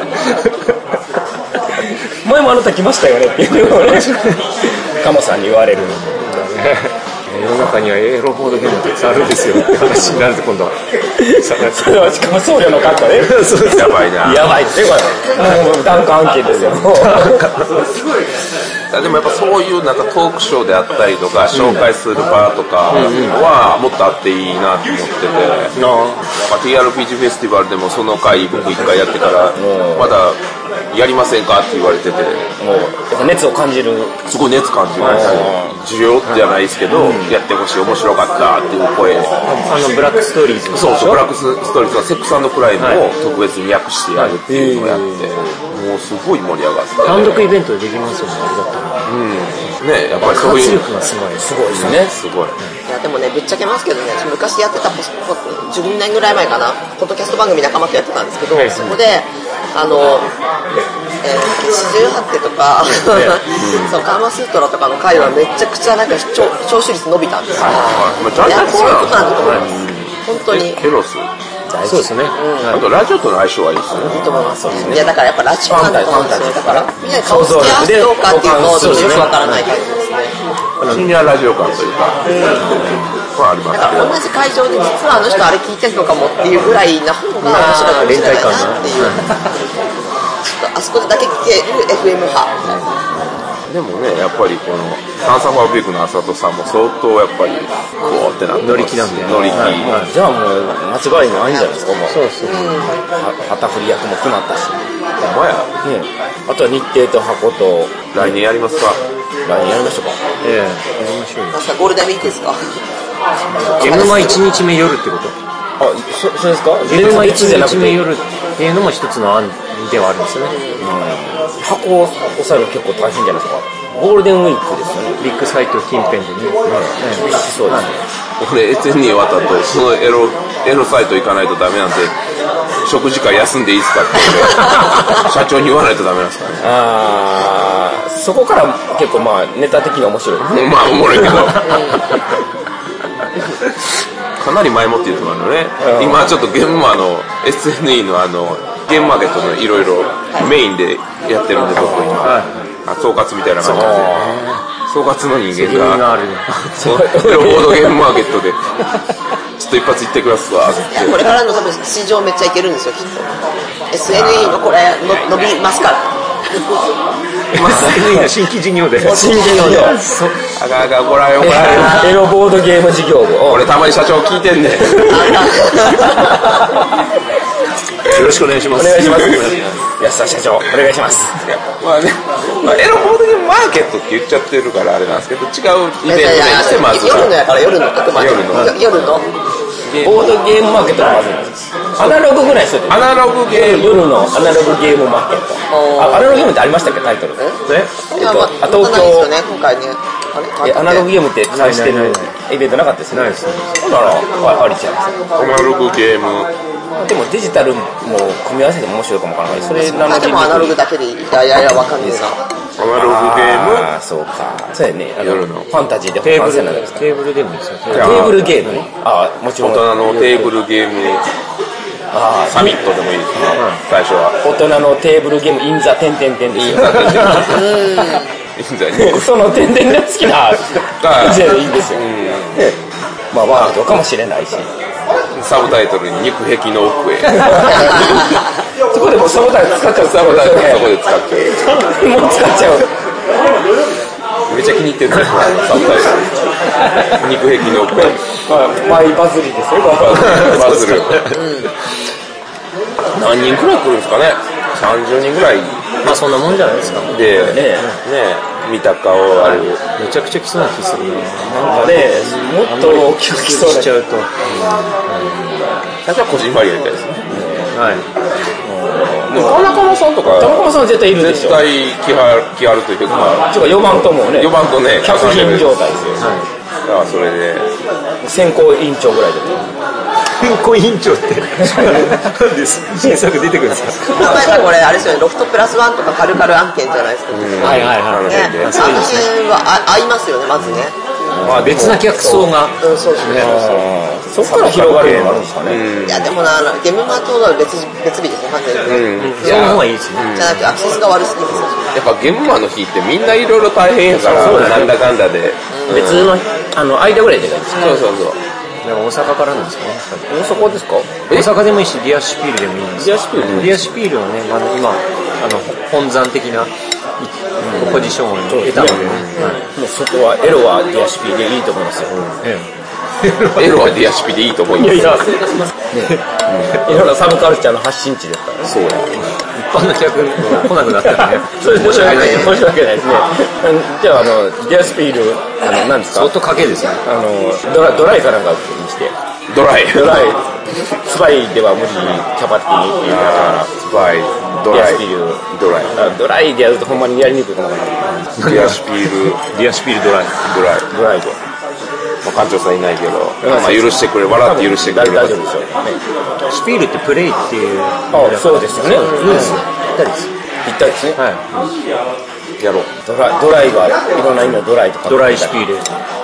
前もあなた来ましたよねっていうのをね、カモさんに言われる。 世の中にはエロボードゲームがたくさんあるんですよって話になると今度は。 それはしかも送料のカットね。 やばいな。 やばいってこれ。もうダンク案件ですよ。 でもやっぱそういうなんかトークショーであったりとか紹介する場とかはもっとあっていいなと思ってて、なんか TRPG フェスティバルでもその回僕1回やってからまだやりませんかって言われてて、 もうやっぱ熱を感じる。 すごい熱感じます。需要じゃないですけど、やってほしい、面白かったっていう声。 ブラックストーリーズ。 そうブラックストーリーズはセックス&クライムを特別に訳してやるっていうのをやって、もうすごい盛り上がって。 単独イベントでできますよね、あれだったら。 ね、やっぱりそういう。 活力がすごい。 すごいですね。 すごい。 いやでもね、ぶっちゃけますけどね、昔やってた10年ぐらい前かな、ポッドキャスト番組仲間とやってたんですけど、そこで四十八手とかそうカーマスートラとかの回はめちゃくちゃなんか聴取率伸びたんですよ。 大体そういうことなんだと思います。 本当にエロス。 そうですね。 あとラジオとの相性はいいですね。 いいと思います。いやだからやっぱラジオなんだと思うんですよ。だからみんなで顔つき合わせどうかっていうのをちょっとよくわからない感じですね。 シニアラジオ感というか、はありますだから同じ会場で実はあの人あれ聞いてるのかもっていうぐらいな方が面白いかもしれないなっていう。ちょっとあそこでだけ聞ける FM 派。 でもね、やっぱりこのサンサファービークの浅戸さんも相当やっぱりこうってなって乗り気なんで乗り気、 じゃあもう間違いないんじゃないですか。もうそうですね。 旗振り役も決まったし、 ほんまや。 ね、あとは日程と箱と来年やりますか。 来年やりましょうか。 やりましょうよ。 なんかゴールデンウィークですか。 ゲームマ1日目夜ってこと？ あ、そうですか。 ゲームマ1日目夜っていうのも一つの案ではあるんですよね。 箱を押さえるの結構大変じゃないですか。ゴールデンウィークですよね。 ビッグサイト近辺でね。 厳しそうですね。 俺エツに渡ってそのエロサイト行かないとダメなんで食事会休んでいいですかって社長に言わないとダメなんですかね。 そこから結構まあネタ的に面白い。 まあおもろいけどかなり前もって言うと思うのね、今ちょっとゲームマの SNE のゲームマーケットのいろいろメインでやってるんで僕今、総括みたいな感じで総括の人間がそうエロボードゲームマーケットでちょっと一発行ってくださいって。 いやこれからの多分市場めっちゃいけるんですよきっと。 SNE のこれ伸びますから。 SNE の新規事業で。 新規事業。 あかんあかん怒られよ怒られよ。 エロボードゲーム事業部。 俺たまに社長聞いてんねん。よろしくお願いします。 お願いします。安田社長お願いします。 まあね、エロボードゲームマーケットって言っちゃってるからあれなんですけど、違うイベントでしてまず夜のやから夜のあくまで夜のボードゲームマーケットがまずいんです。アナログぐらいしといて。 アナログゲーム夜のアナログゲームマーケット。アナログゲームってありましたっけタイトル？東京ね今回ね。 アナログゲームって対してるイベントなかったですね。ないです。ほんならありちゃう。 アナログゲーム。 でもデジタルも組み合わせても面白いかもわからない。それなのでもアナログだけでいい。いやわかんねえな。 アナログゲーム。 そうか。そうやね。 夜のファンタジーでテーブルでもいいですよ。 テーブルゲームね。もちろん。 大人のテーブルゲームサミットでもいいですね。最初は。 大人のテーブルゲームインザ点々点ですよ。その点々が好きなじゃいいんですよ。まあワードかもしれないし。 サブタイトルに肉壁の奥へ。 そこでもサブタイトル使っちゃう。 サブタイトルそこで使っちゃう。 もう使っちゃう。 めっちゃ気に入ってるんですよ、サブタイトル。肉壁の奥へ。 マイバズりですよ。 バズる。何人くらい来るんですかね。30人ぐらい。 まあそんなもんじゃないですか。 で、ね見た顔ある。 めちゃくちゃ来そうな気するな。 なんかね、もっと大きく来そうしちゃうと。 最初はこじんまりやりたいですね。 はい。 でも田中さんとか田中さんは絶対いるでしょ。 絶対来はるというか、 4番ともね。 4番とね、 100品状態ですよ。 だからそれで選考委員長ぐらいで。 選考委員長って何です新作出てくるんですか。 やっぱりこれあれですよね、ロフトプラスワンとかカルカル案件じゃないですか。 はいはいはい。 ね、あの辺は合いますよね、まずね。 別な客層が。 そうですね。 そこから広がるのがあるんですかね。 いやでもな、ゲームマートは別日ですね、完全に。 その方がいいですね。 じゃなくてアクセスが悪すぎます。 やっぱゲームマンの日ってみんないろいろ大変やからなんだかんだで別の間ぐらいでかいんですそうそうそう。 大阪からなんですかね。 大阪ですか？ 大阪でもいいし、ディアシュピールでもいいんです。 ディアシュピール？ ディアシュピールはね、今本山的なポジションを得たので、 もうそこはエロはディアシュピールでいいと思いますよ。 エロはディアシピでいいと思います。 いやいろんなサブカルチャーの発信地ですからね。 そうや。 一般の客来なくなったらね。 それ申し訳ないですね。じゃあディアスピール何ですか？ 相当賭けですね。 ドライかなんかにして。 ドライ。 スパイでは無理にキャパティにっていうか。 スパイ。ドライ。 ドライでやるとほんまにやりにくいかもわからない。 ディアシピールドライ。 ドライで。 館長さんいないけど、許してくれ、笑って許してくれる。 大丈夫でしょう。 シピールってプレイっていう。 そうですよね。 いいですよ。 ぴったりですね。 はい。 やろう。 ドライはいろんな意味のドライとか。 ドライシピール。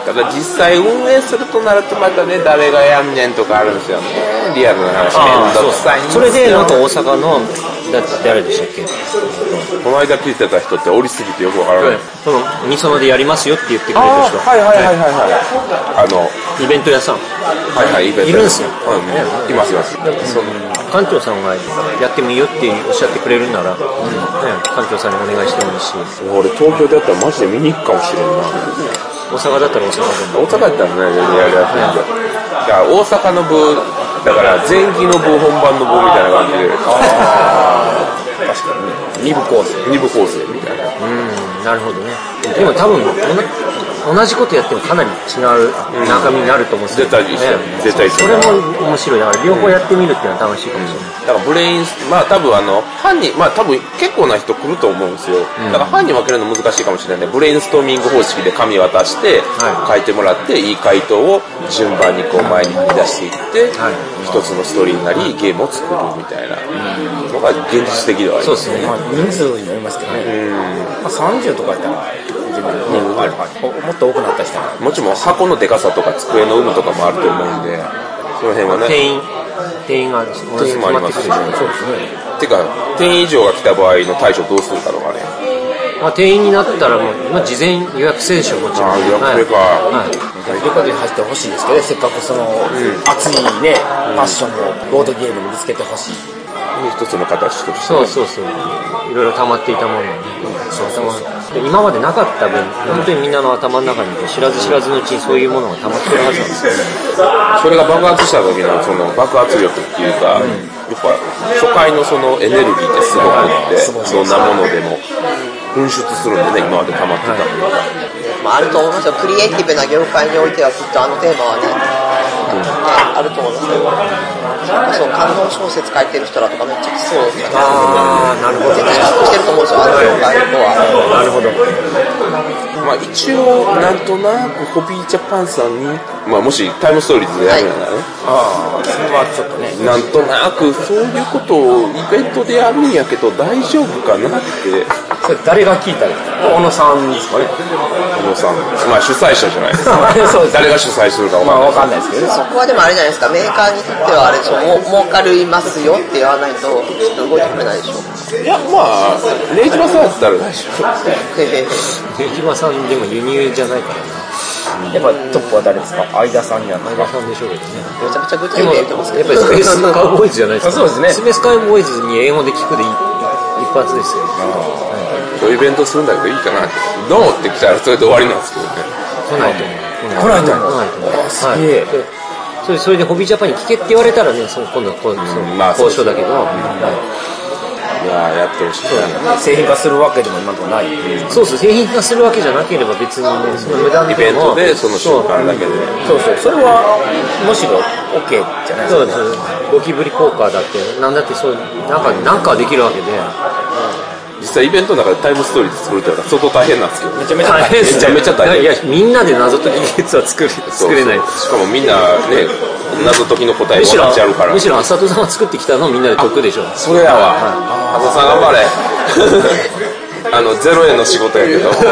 ただ実際運営するとなるとまたね誰がやんねんとかあるんですよね。リアルな話めんどくさいんですよ。 それでなんか大阪の誰でしたっけ、 この間聞いてた人っておりすぎてよくわからない。 そのみそのでやりますよって言ってくれた人、 はいはいはいはいイベント屋さん、 はいはいイベントいるんですよ、 いますいます。 その館長さんがやってもいいよっておっしゃってくれるなら、館長さんにお願いしてもいいし、 俺東京でやったらマジで見に行くかもしれんな。 大阪だったら大阪でも、 大阪やったらねやるやつなんで、だから大阪の部だから前期の部本番の部みたいな感じで、 確かにね、2部構成みたいな。 なるほどね。でも多分同じことやってもかなり違う中身になると思うんですよ、 絶対それも面白い。だから両方やってみるっていうのは楽しいかもしれない。 だからブレインまあ多分班に多分結構な人来ると思うんですよ。だから班に分けるの難しいかもしれないね。ブレインストーミング方式で紙渡して書いてもらっていい回答を順番にこう前に張り出していって一つのストーリーになりゲームを作るみたいなのが現実的ではあります。 そうですね。 人数になりますけどね。30とかやったらもっと多くなったりしたら、 もちろん箱のでかさとか机の有無とかもあると思うんで、その辺はね。 定員が定員もありますしね。そうですね。てか定員以上が来た場合の対処どうするかとかね。 定員になったらもう事前予約制でしょ、もちろん。 予約制か。 レコードに走ってほしいですけどね。せっかくその熱いねパッションをボードゲームにぶつけてほしい。 一つの形として、 そういろいろ溜まっていたものをね、今までなかった分、本当にみんなの頭の中に知らず知らずのうちにそういうものが溜まってるはずなんですよ。 それが爆発した時のその爆発力っていうか、やっぱ初回のそのエネルギーってすごくって、どんなものでも噴出するんでね、今まで溜まってたものが。 あると思いますよ。クリエイティブな業界においてはきっとあのテーマはね、あると思いますけど、そう感動小説書いてる人らとかめっちゃ来そうですよね。 なるほど。 絶対仕事してると思うんですよ、あの業界の子は。 なるほど。 一応なんとなくホビージャパンさんに、もしタイムストーリーズでやるならね、 それはちょっとね、 なんとなくそういうことをイベントでやるんやけど大丈夫かなって。 それ誰が聞いたら小野さんですかね。 小野さん、主催者じゃないですか。 そうです。 誰が主催するか分かんないですけど、 そこはでもあれじゃないですか、メーカーにとってはあれでしょ、儲かりますよって言わないとちょっと動いてくれないでしょ。 いやレイジマさんだったら大丈夫。 レイジマさんでも輸入じゃないからな。 やっぱトップは誰ですか？相田さんには。 相田さんでしょうけどね。 めちゃくちゃ具体的に言ってますけど。 やっぱりスペースカウボーイズじゃないですか。 そうですね。 スペースカウボーイズに英語で聞くで一発ですよ。 そういうイベントするんだけどいいかなって。どうって来たらそれで終わりなんですけどね。 来ないと思う。 すげえ。 それでホビージャパンに聞けって言われたらね、今度交渉だけど。 いややってほしい。 製品化するわけでも今のところない。 そう製品化するわけじゃなければ別にね、その無駄なイベントでその瞬間だけで。 それはむしろ OK じゃないですか。 そうゴキブリ効果だってなんだってなんかできるわけで。 実際イベントの中でタイムストーリーで作るってのは相当大変なんですけど、 めちゃめちゃ大変。 めちゃめちゃ大変。 いやみんなで謎解きゲームは作れない。 しかもみんなね謎解きの答え分かっちゃうから。 むしろ浅戸さんが作ってきたのをみんなで解くでしょ。 それやわ。浅戸さん頑張れ。0円の仕事やけど。そう。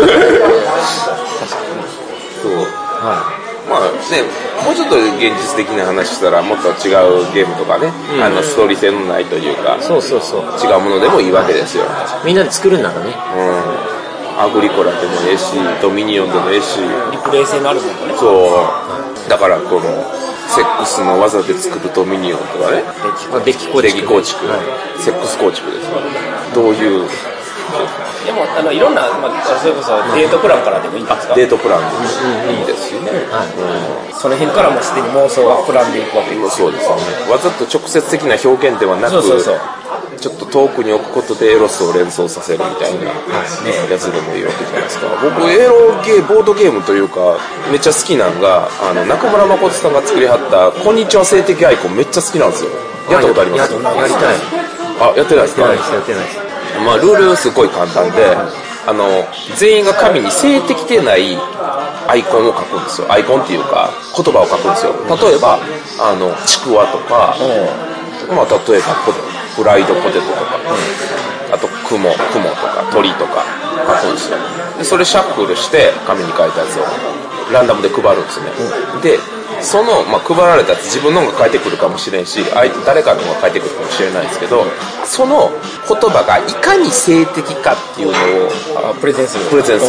もうちょっと現実的な話したらもっと違うゲームとかね、ストーリー性のないというか、 そう違うものでもいいわけですよ。 みんなで作るんだらね。 アグリコラでもええし、ドミニオンでもええし、 リプレイ性のあるものね。 そうだからこのセックスの技で作るドミニオンとかね、 デッキ構築、 セックス構築です。どういうでもいろんな、それこそデートプランからでもいいんですか？ デートプランでいいですしね。 その辺からもすでに妄想が膨らんでいくわけです。 そうですよね。わざと直接的な表現ではなく、ちょっと遠くに置くことでエロスを連想させるみたいなやつでもいいわけじゃないですか。僕ボードゲームというかめっちゃ好きなのが中村誠さんが作りはった「こんにちは性的アイコン」めっちゃ好きなんですよ。やったことあります？ やりたい。 やってないですか？ やってないです。 ルールすごい簡単で、全員が紙に性的でないアイコンを書くんですよ。アイコンっていうか言葉を書くんですよ。例えばちくわとか、例えばフライドポテトとか、あと雲とか鳥とか書くんですよ。でそれシャッフルして紙に書いたやつをランダムで配るんですね、でその、配られたやつ自分の方が返ってくるかもしれんし誰かの方が返ってくるかもしれないですけど、その言葉がいかに性的かっていうのをプレゼンする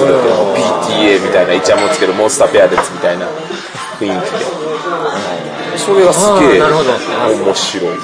PTA みたいなイチャモンつけるモンスターペアレッツみたいな雰囲気で、それがすげえ面白いです。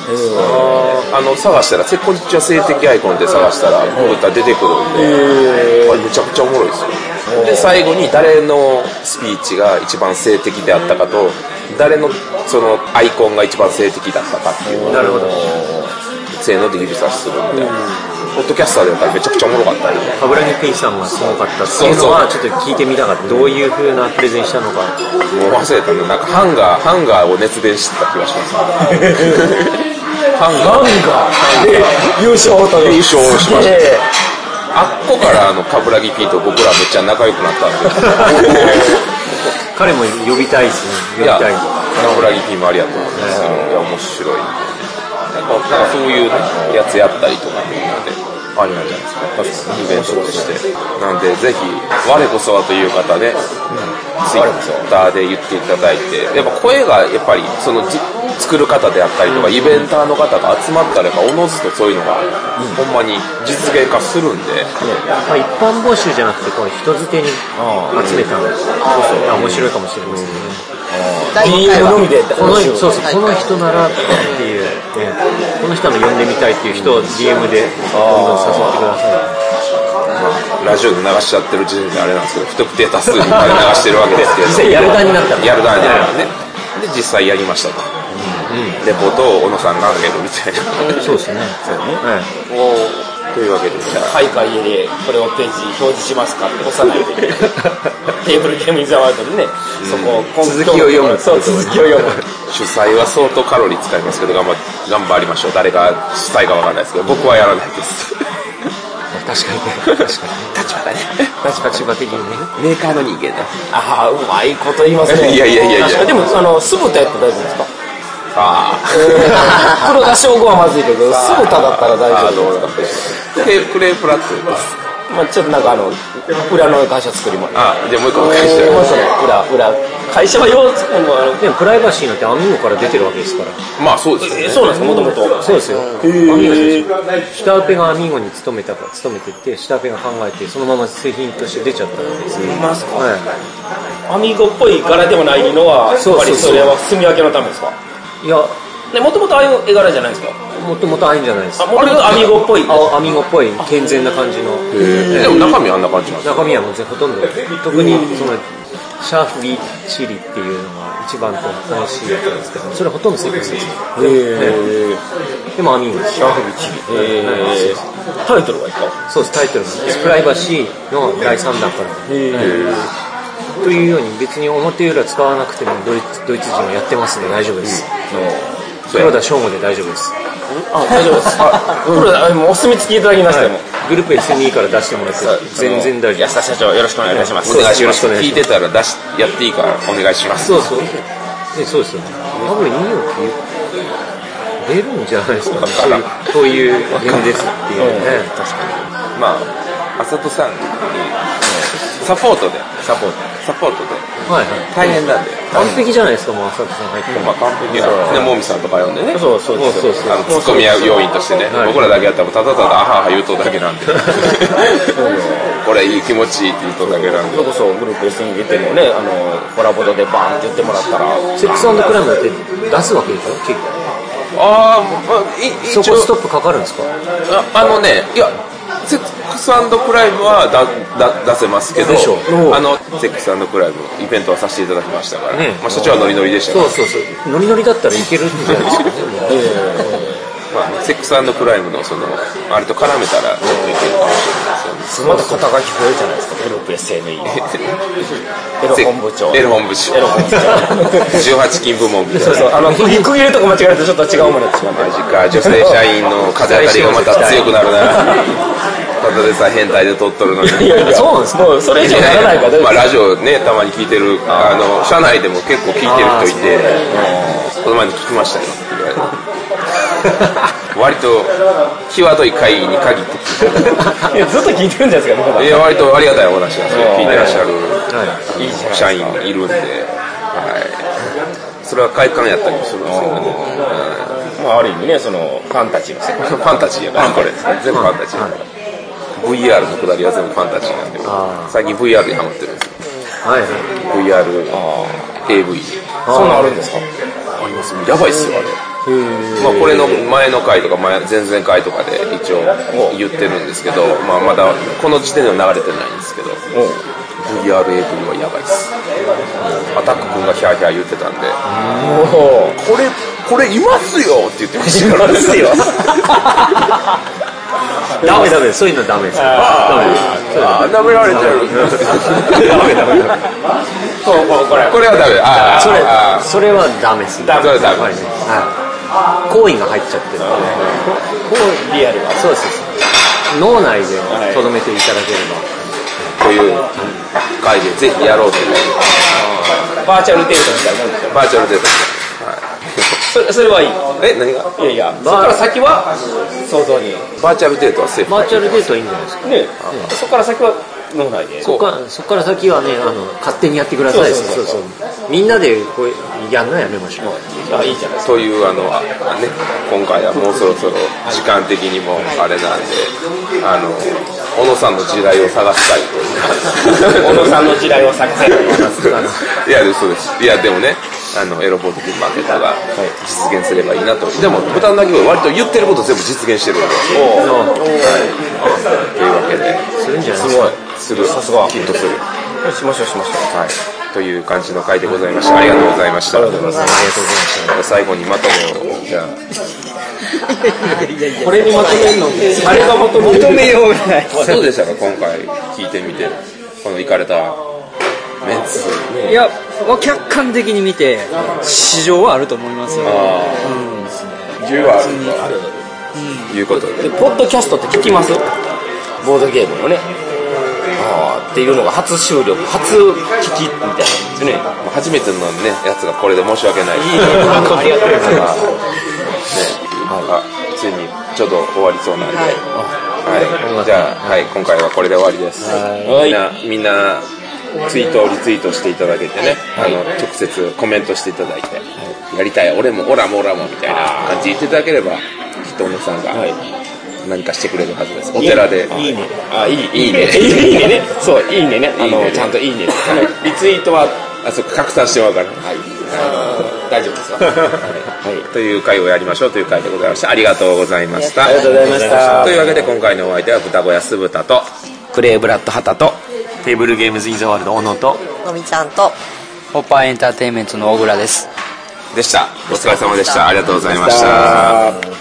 探したら「こんにちは性的アイコン」で探したらこういったら出てくるんで、めちゃくちゃおもろいですよ。で最後に誰のスピーチが一番性的であったかと誰のそのアイコンが一番性的だったかっていうのをせーので指差しするみたいな。ポッドキャスターでやったらめちゃくちゃおもろかったり、 冠城 P さんがすごかったっていうのはちょっと聞いてみたかった。どういう風なプレゼンしたのかもう忘れたの。なんかハンガーを熱弁してた気がしますハンガーで優勝しました、あっこから冠城 P と僕らめっちゃ仲良くなったんで彼も呼びたいですね。 冠城 P もありがとうございます。いや面白い。なんかそういう、ね、やつやったりとかみんなでありなんじゃないですか、イベントとして。なんでぜひ我こそはという方で、ツイッターで言っていただいて、やっぱ声がやっぱりその作る方であったりとか、イベンターの方が集まったらやっぱおのずとそういうのが、ほんまに実現化するんで、 一般募集じゃなくてこう人づてに集めたの面白いかもしれませんね。 DM のみでこの人ならっていう、この人の呼んでみたいっていう人を DM でどんどん誘ってください。 ラジオで流しちゃってる時点であれなんですけど、不特定多数にまで流してるわけですけど、 実際やる側になったらやる側になるね。で実際やりましたと、レポートを小野さんが上げるみたいな。 そうですね。 というわけで、 はいか家でこれをページ表示しますかって押さないといけないテーブルゲームインザワールドでね、そこ続きを読む。 そう、続きを読む。 主催は相当カロリー使いますけど頑張りましょう。誰が主催かわかんないですけど僕はやらないです確かに立場だね。立場的にね。 メーカーの人間ね。 ああ、うまいこと言いますね。 いやでも酢豚やったら大丈夫ですか？ あ黒だしょうごはまずいけど酢豚だったら大丈夫ですか？ クレープラッツです。 ちょっとなんか裏の会社作りもじゃあもう一個会社裏会社はよう作るのでもプライバシーなんてアミーゴから出てるわけですから。 まあそうですよね。 そうなんですか、もともと。 そうですよ。アミーゴです。下請けがアミーゴに勤めてって下請けが考えてそのまま製品として出ちゃったんですよ。 ますか。アミーゴっぽい柄でもないのはやっぱりそれは住み分けのためですか？ いや、 もともとああいう絵柄じゃないですか？ もともとああいうんじゃないです。 もともとアミーゴっぽい。 アミーゴっぽい健全な感じの。 でも中身はあんな感じなんですか？ 中身はもうほとんど特にそのシャーフビーチリっていうのが一番と楽しいやつなんですけど、それはほとんどセックスです。でもアミーゴです。 シャーフビーチリ。タイトルはいいか？ そうです、タイトルがプライバシーの第3弾から。というように別に表裏使わなくてもドイツ人はやってますので大丈夫です。黒田翔吾で大丈夫です。 大丈夫です。黒田お墨付きいただきましたよ。 グループ SNE から出してもらって全然大丈夫。 安田社長よろしくお願いします。 お願いします。聞いてたらやっていいからお願いします。 そうですよね。多分いいよって出るんじゃないですかね。そういうゲームですっていうね。 確かに。まああさとさんにサポートで大変なんで完璧じゃないですか。もう浅田さん入って完璧やでモミさんとか呼んでね、 そうツッコミ要員としてね、僕らだけやったらただただアハアハ言うとだけなんでこれいい気持ちいいって言うとだけなんで、 それこそグループ S に出てもね、コラボでバーンって言ってもらったらセックス&クライムだって出すわけでしょ結構。そこストップかかるんですか？ いやセックス&クライムは出せますけど、セックス&クライムイベントはさせていただきましたから、社長はノリノリでしたから。 そうノリノリだったらいけるんじゃないですかね。 セックス&クライムのあれと絡めたらちょっといけるかもしれないですよね。 また肩書き増えるじゃないですか、グループ SNE エロ本部長 18金部門みたいな。 区切るとこ間違えるとちょっと違うものになってしまう。 マジか、女性社員の風当たりがまた強くなるなただでさ変態で撮っとるのに。 そうなんです。もうそれ以上ならないから。 ラジオねたまに聞いてる、社内でも結構聞いてる人いて、この前に聞きましたよって言われて割と際どい会議に限っていやずっと聞いてるんじゃないですか、 いや割とありがたいお話なんですよ。聞いてらっしゃるいいじゃない社員いるんで、はい、それは快感やったりもするんですけどね。 まあある意味ね、そのファンタジーの世界。 ファンタジーやからこれ全部ファンタジーやから、VR のくだりは全部ファンタジーなんで、最近 VR にハマってるんですよ。 はいはい。 VR AV そんなんあるんですか？ あります。やばいっすよあれ。まあこれの前の回とか前々回とかで一応言ってるんですけど、まあまだこの時点では流れてないんですけど、VR AV はやばいっす。アタック君がヒャーヒャー言ってたんで、これいますよって言ってましたからですよ。 ダメそういうのダメです。 ダメられてる。 そうこれはダメ。 それはダメです。 それはダメ。 行為が入っちゃってるので、 リアルはそうです。脳内で留めていただければ。 という回でぜひやろうという。 バーチャルデートみたいなもんですよ。 バーチャルデート。 それはいい。 何が？ いやそこから先は想像に。 バーチャルデートはセーフ。 バーチャルデートはいいんじゃないですかね。そこから先は脳内で。 そこから先はね、勝手にやってください。そうみんなでこうやんのやめましょう。 いいじゃないですか。 というね、今回はもうそろそろ時間的にもあれなんで、小野さんの地雷を探したいという。 小野さんの地雷を探せ。 いやそうです。いやでもね、エロボートキーマーケットが実現すればいいなと。でも豚の鳴き声割と言ってること全部実現してるんで。というわけで、 するんじゃないですか。 する。さすが。きっとする。 しましょう。 はい。という感じの回でございました。ありがとうございました。 ありがとうございました。 最後にまとめをじゃあ。 これにまとめるのにあれが求めようがない。 どうでしたか今回聞いてみて、この行かれたメンツ。 いや客観的に見て市場はあると思いますよ。 需要はあるということで。 ポッドキャストって聞きます？ボードゲームのね。っていうのが初収録、初聞きみたいなんですね。 初めてのねやつがこれで申し訳ない。 ありがとうございます。 ついにちょっと終わりそうなんで、じゃあ今回はこれで終わりです。みんなツイートリツイートしていただけてね、直接コメントしていただいて、やりたい俺もオラもみたいな感じで言っていただければ、きっと小野さんが何かしてくれるはずです。お寺でいいね。 いいねね。そう、いいねね。ちゃんといいね。リツイートは拡散してもらうから。 大丈夫ですよ。 という回をやりましょうという回でございました。ありがとうございました。 ありがとうございました。 というわけで今回のお相手は豚小屋酢豚とクレーブラッドハタとテーブルゲームズインザワールド小野とのみちゃんとホッパーエンターテインメントの小倉です。 でした。お疲れ様でした。ありがとうございました。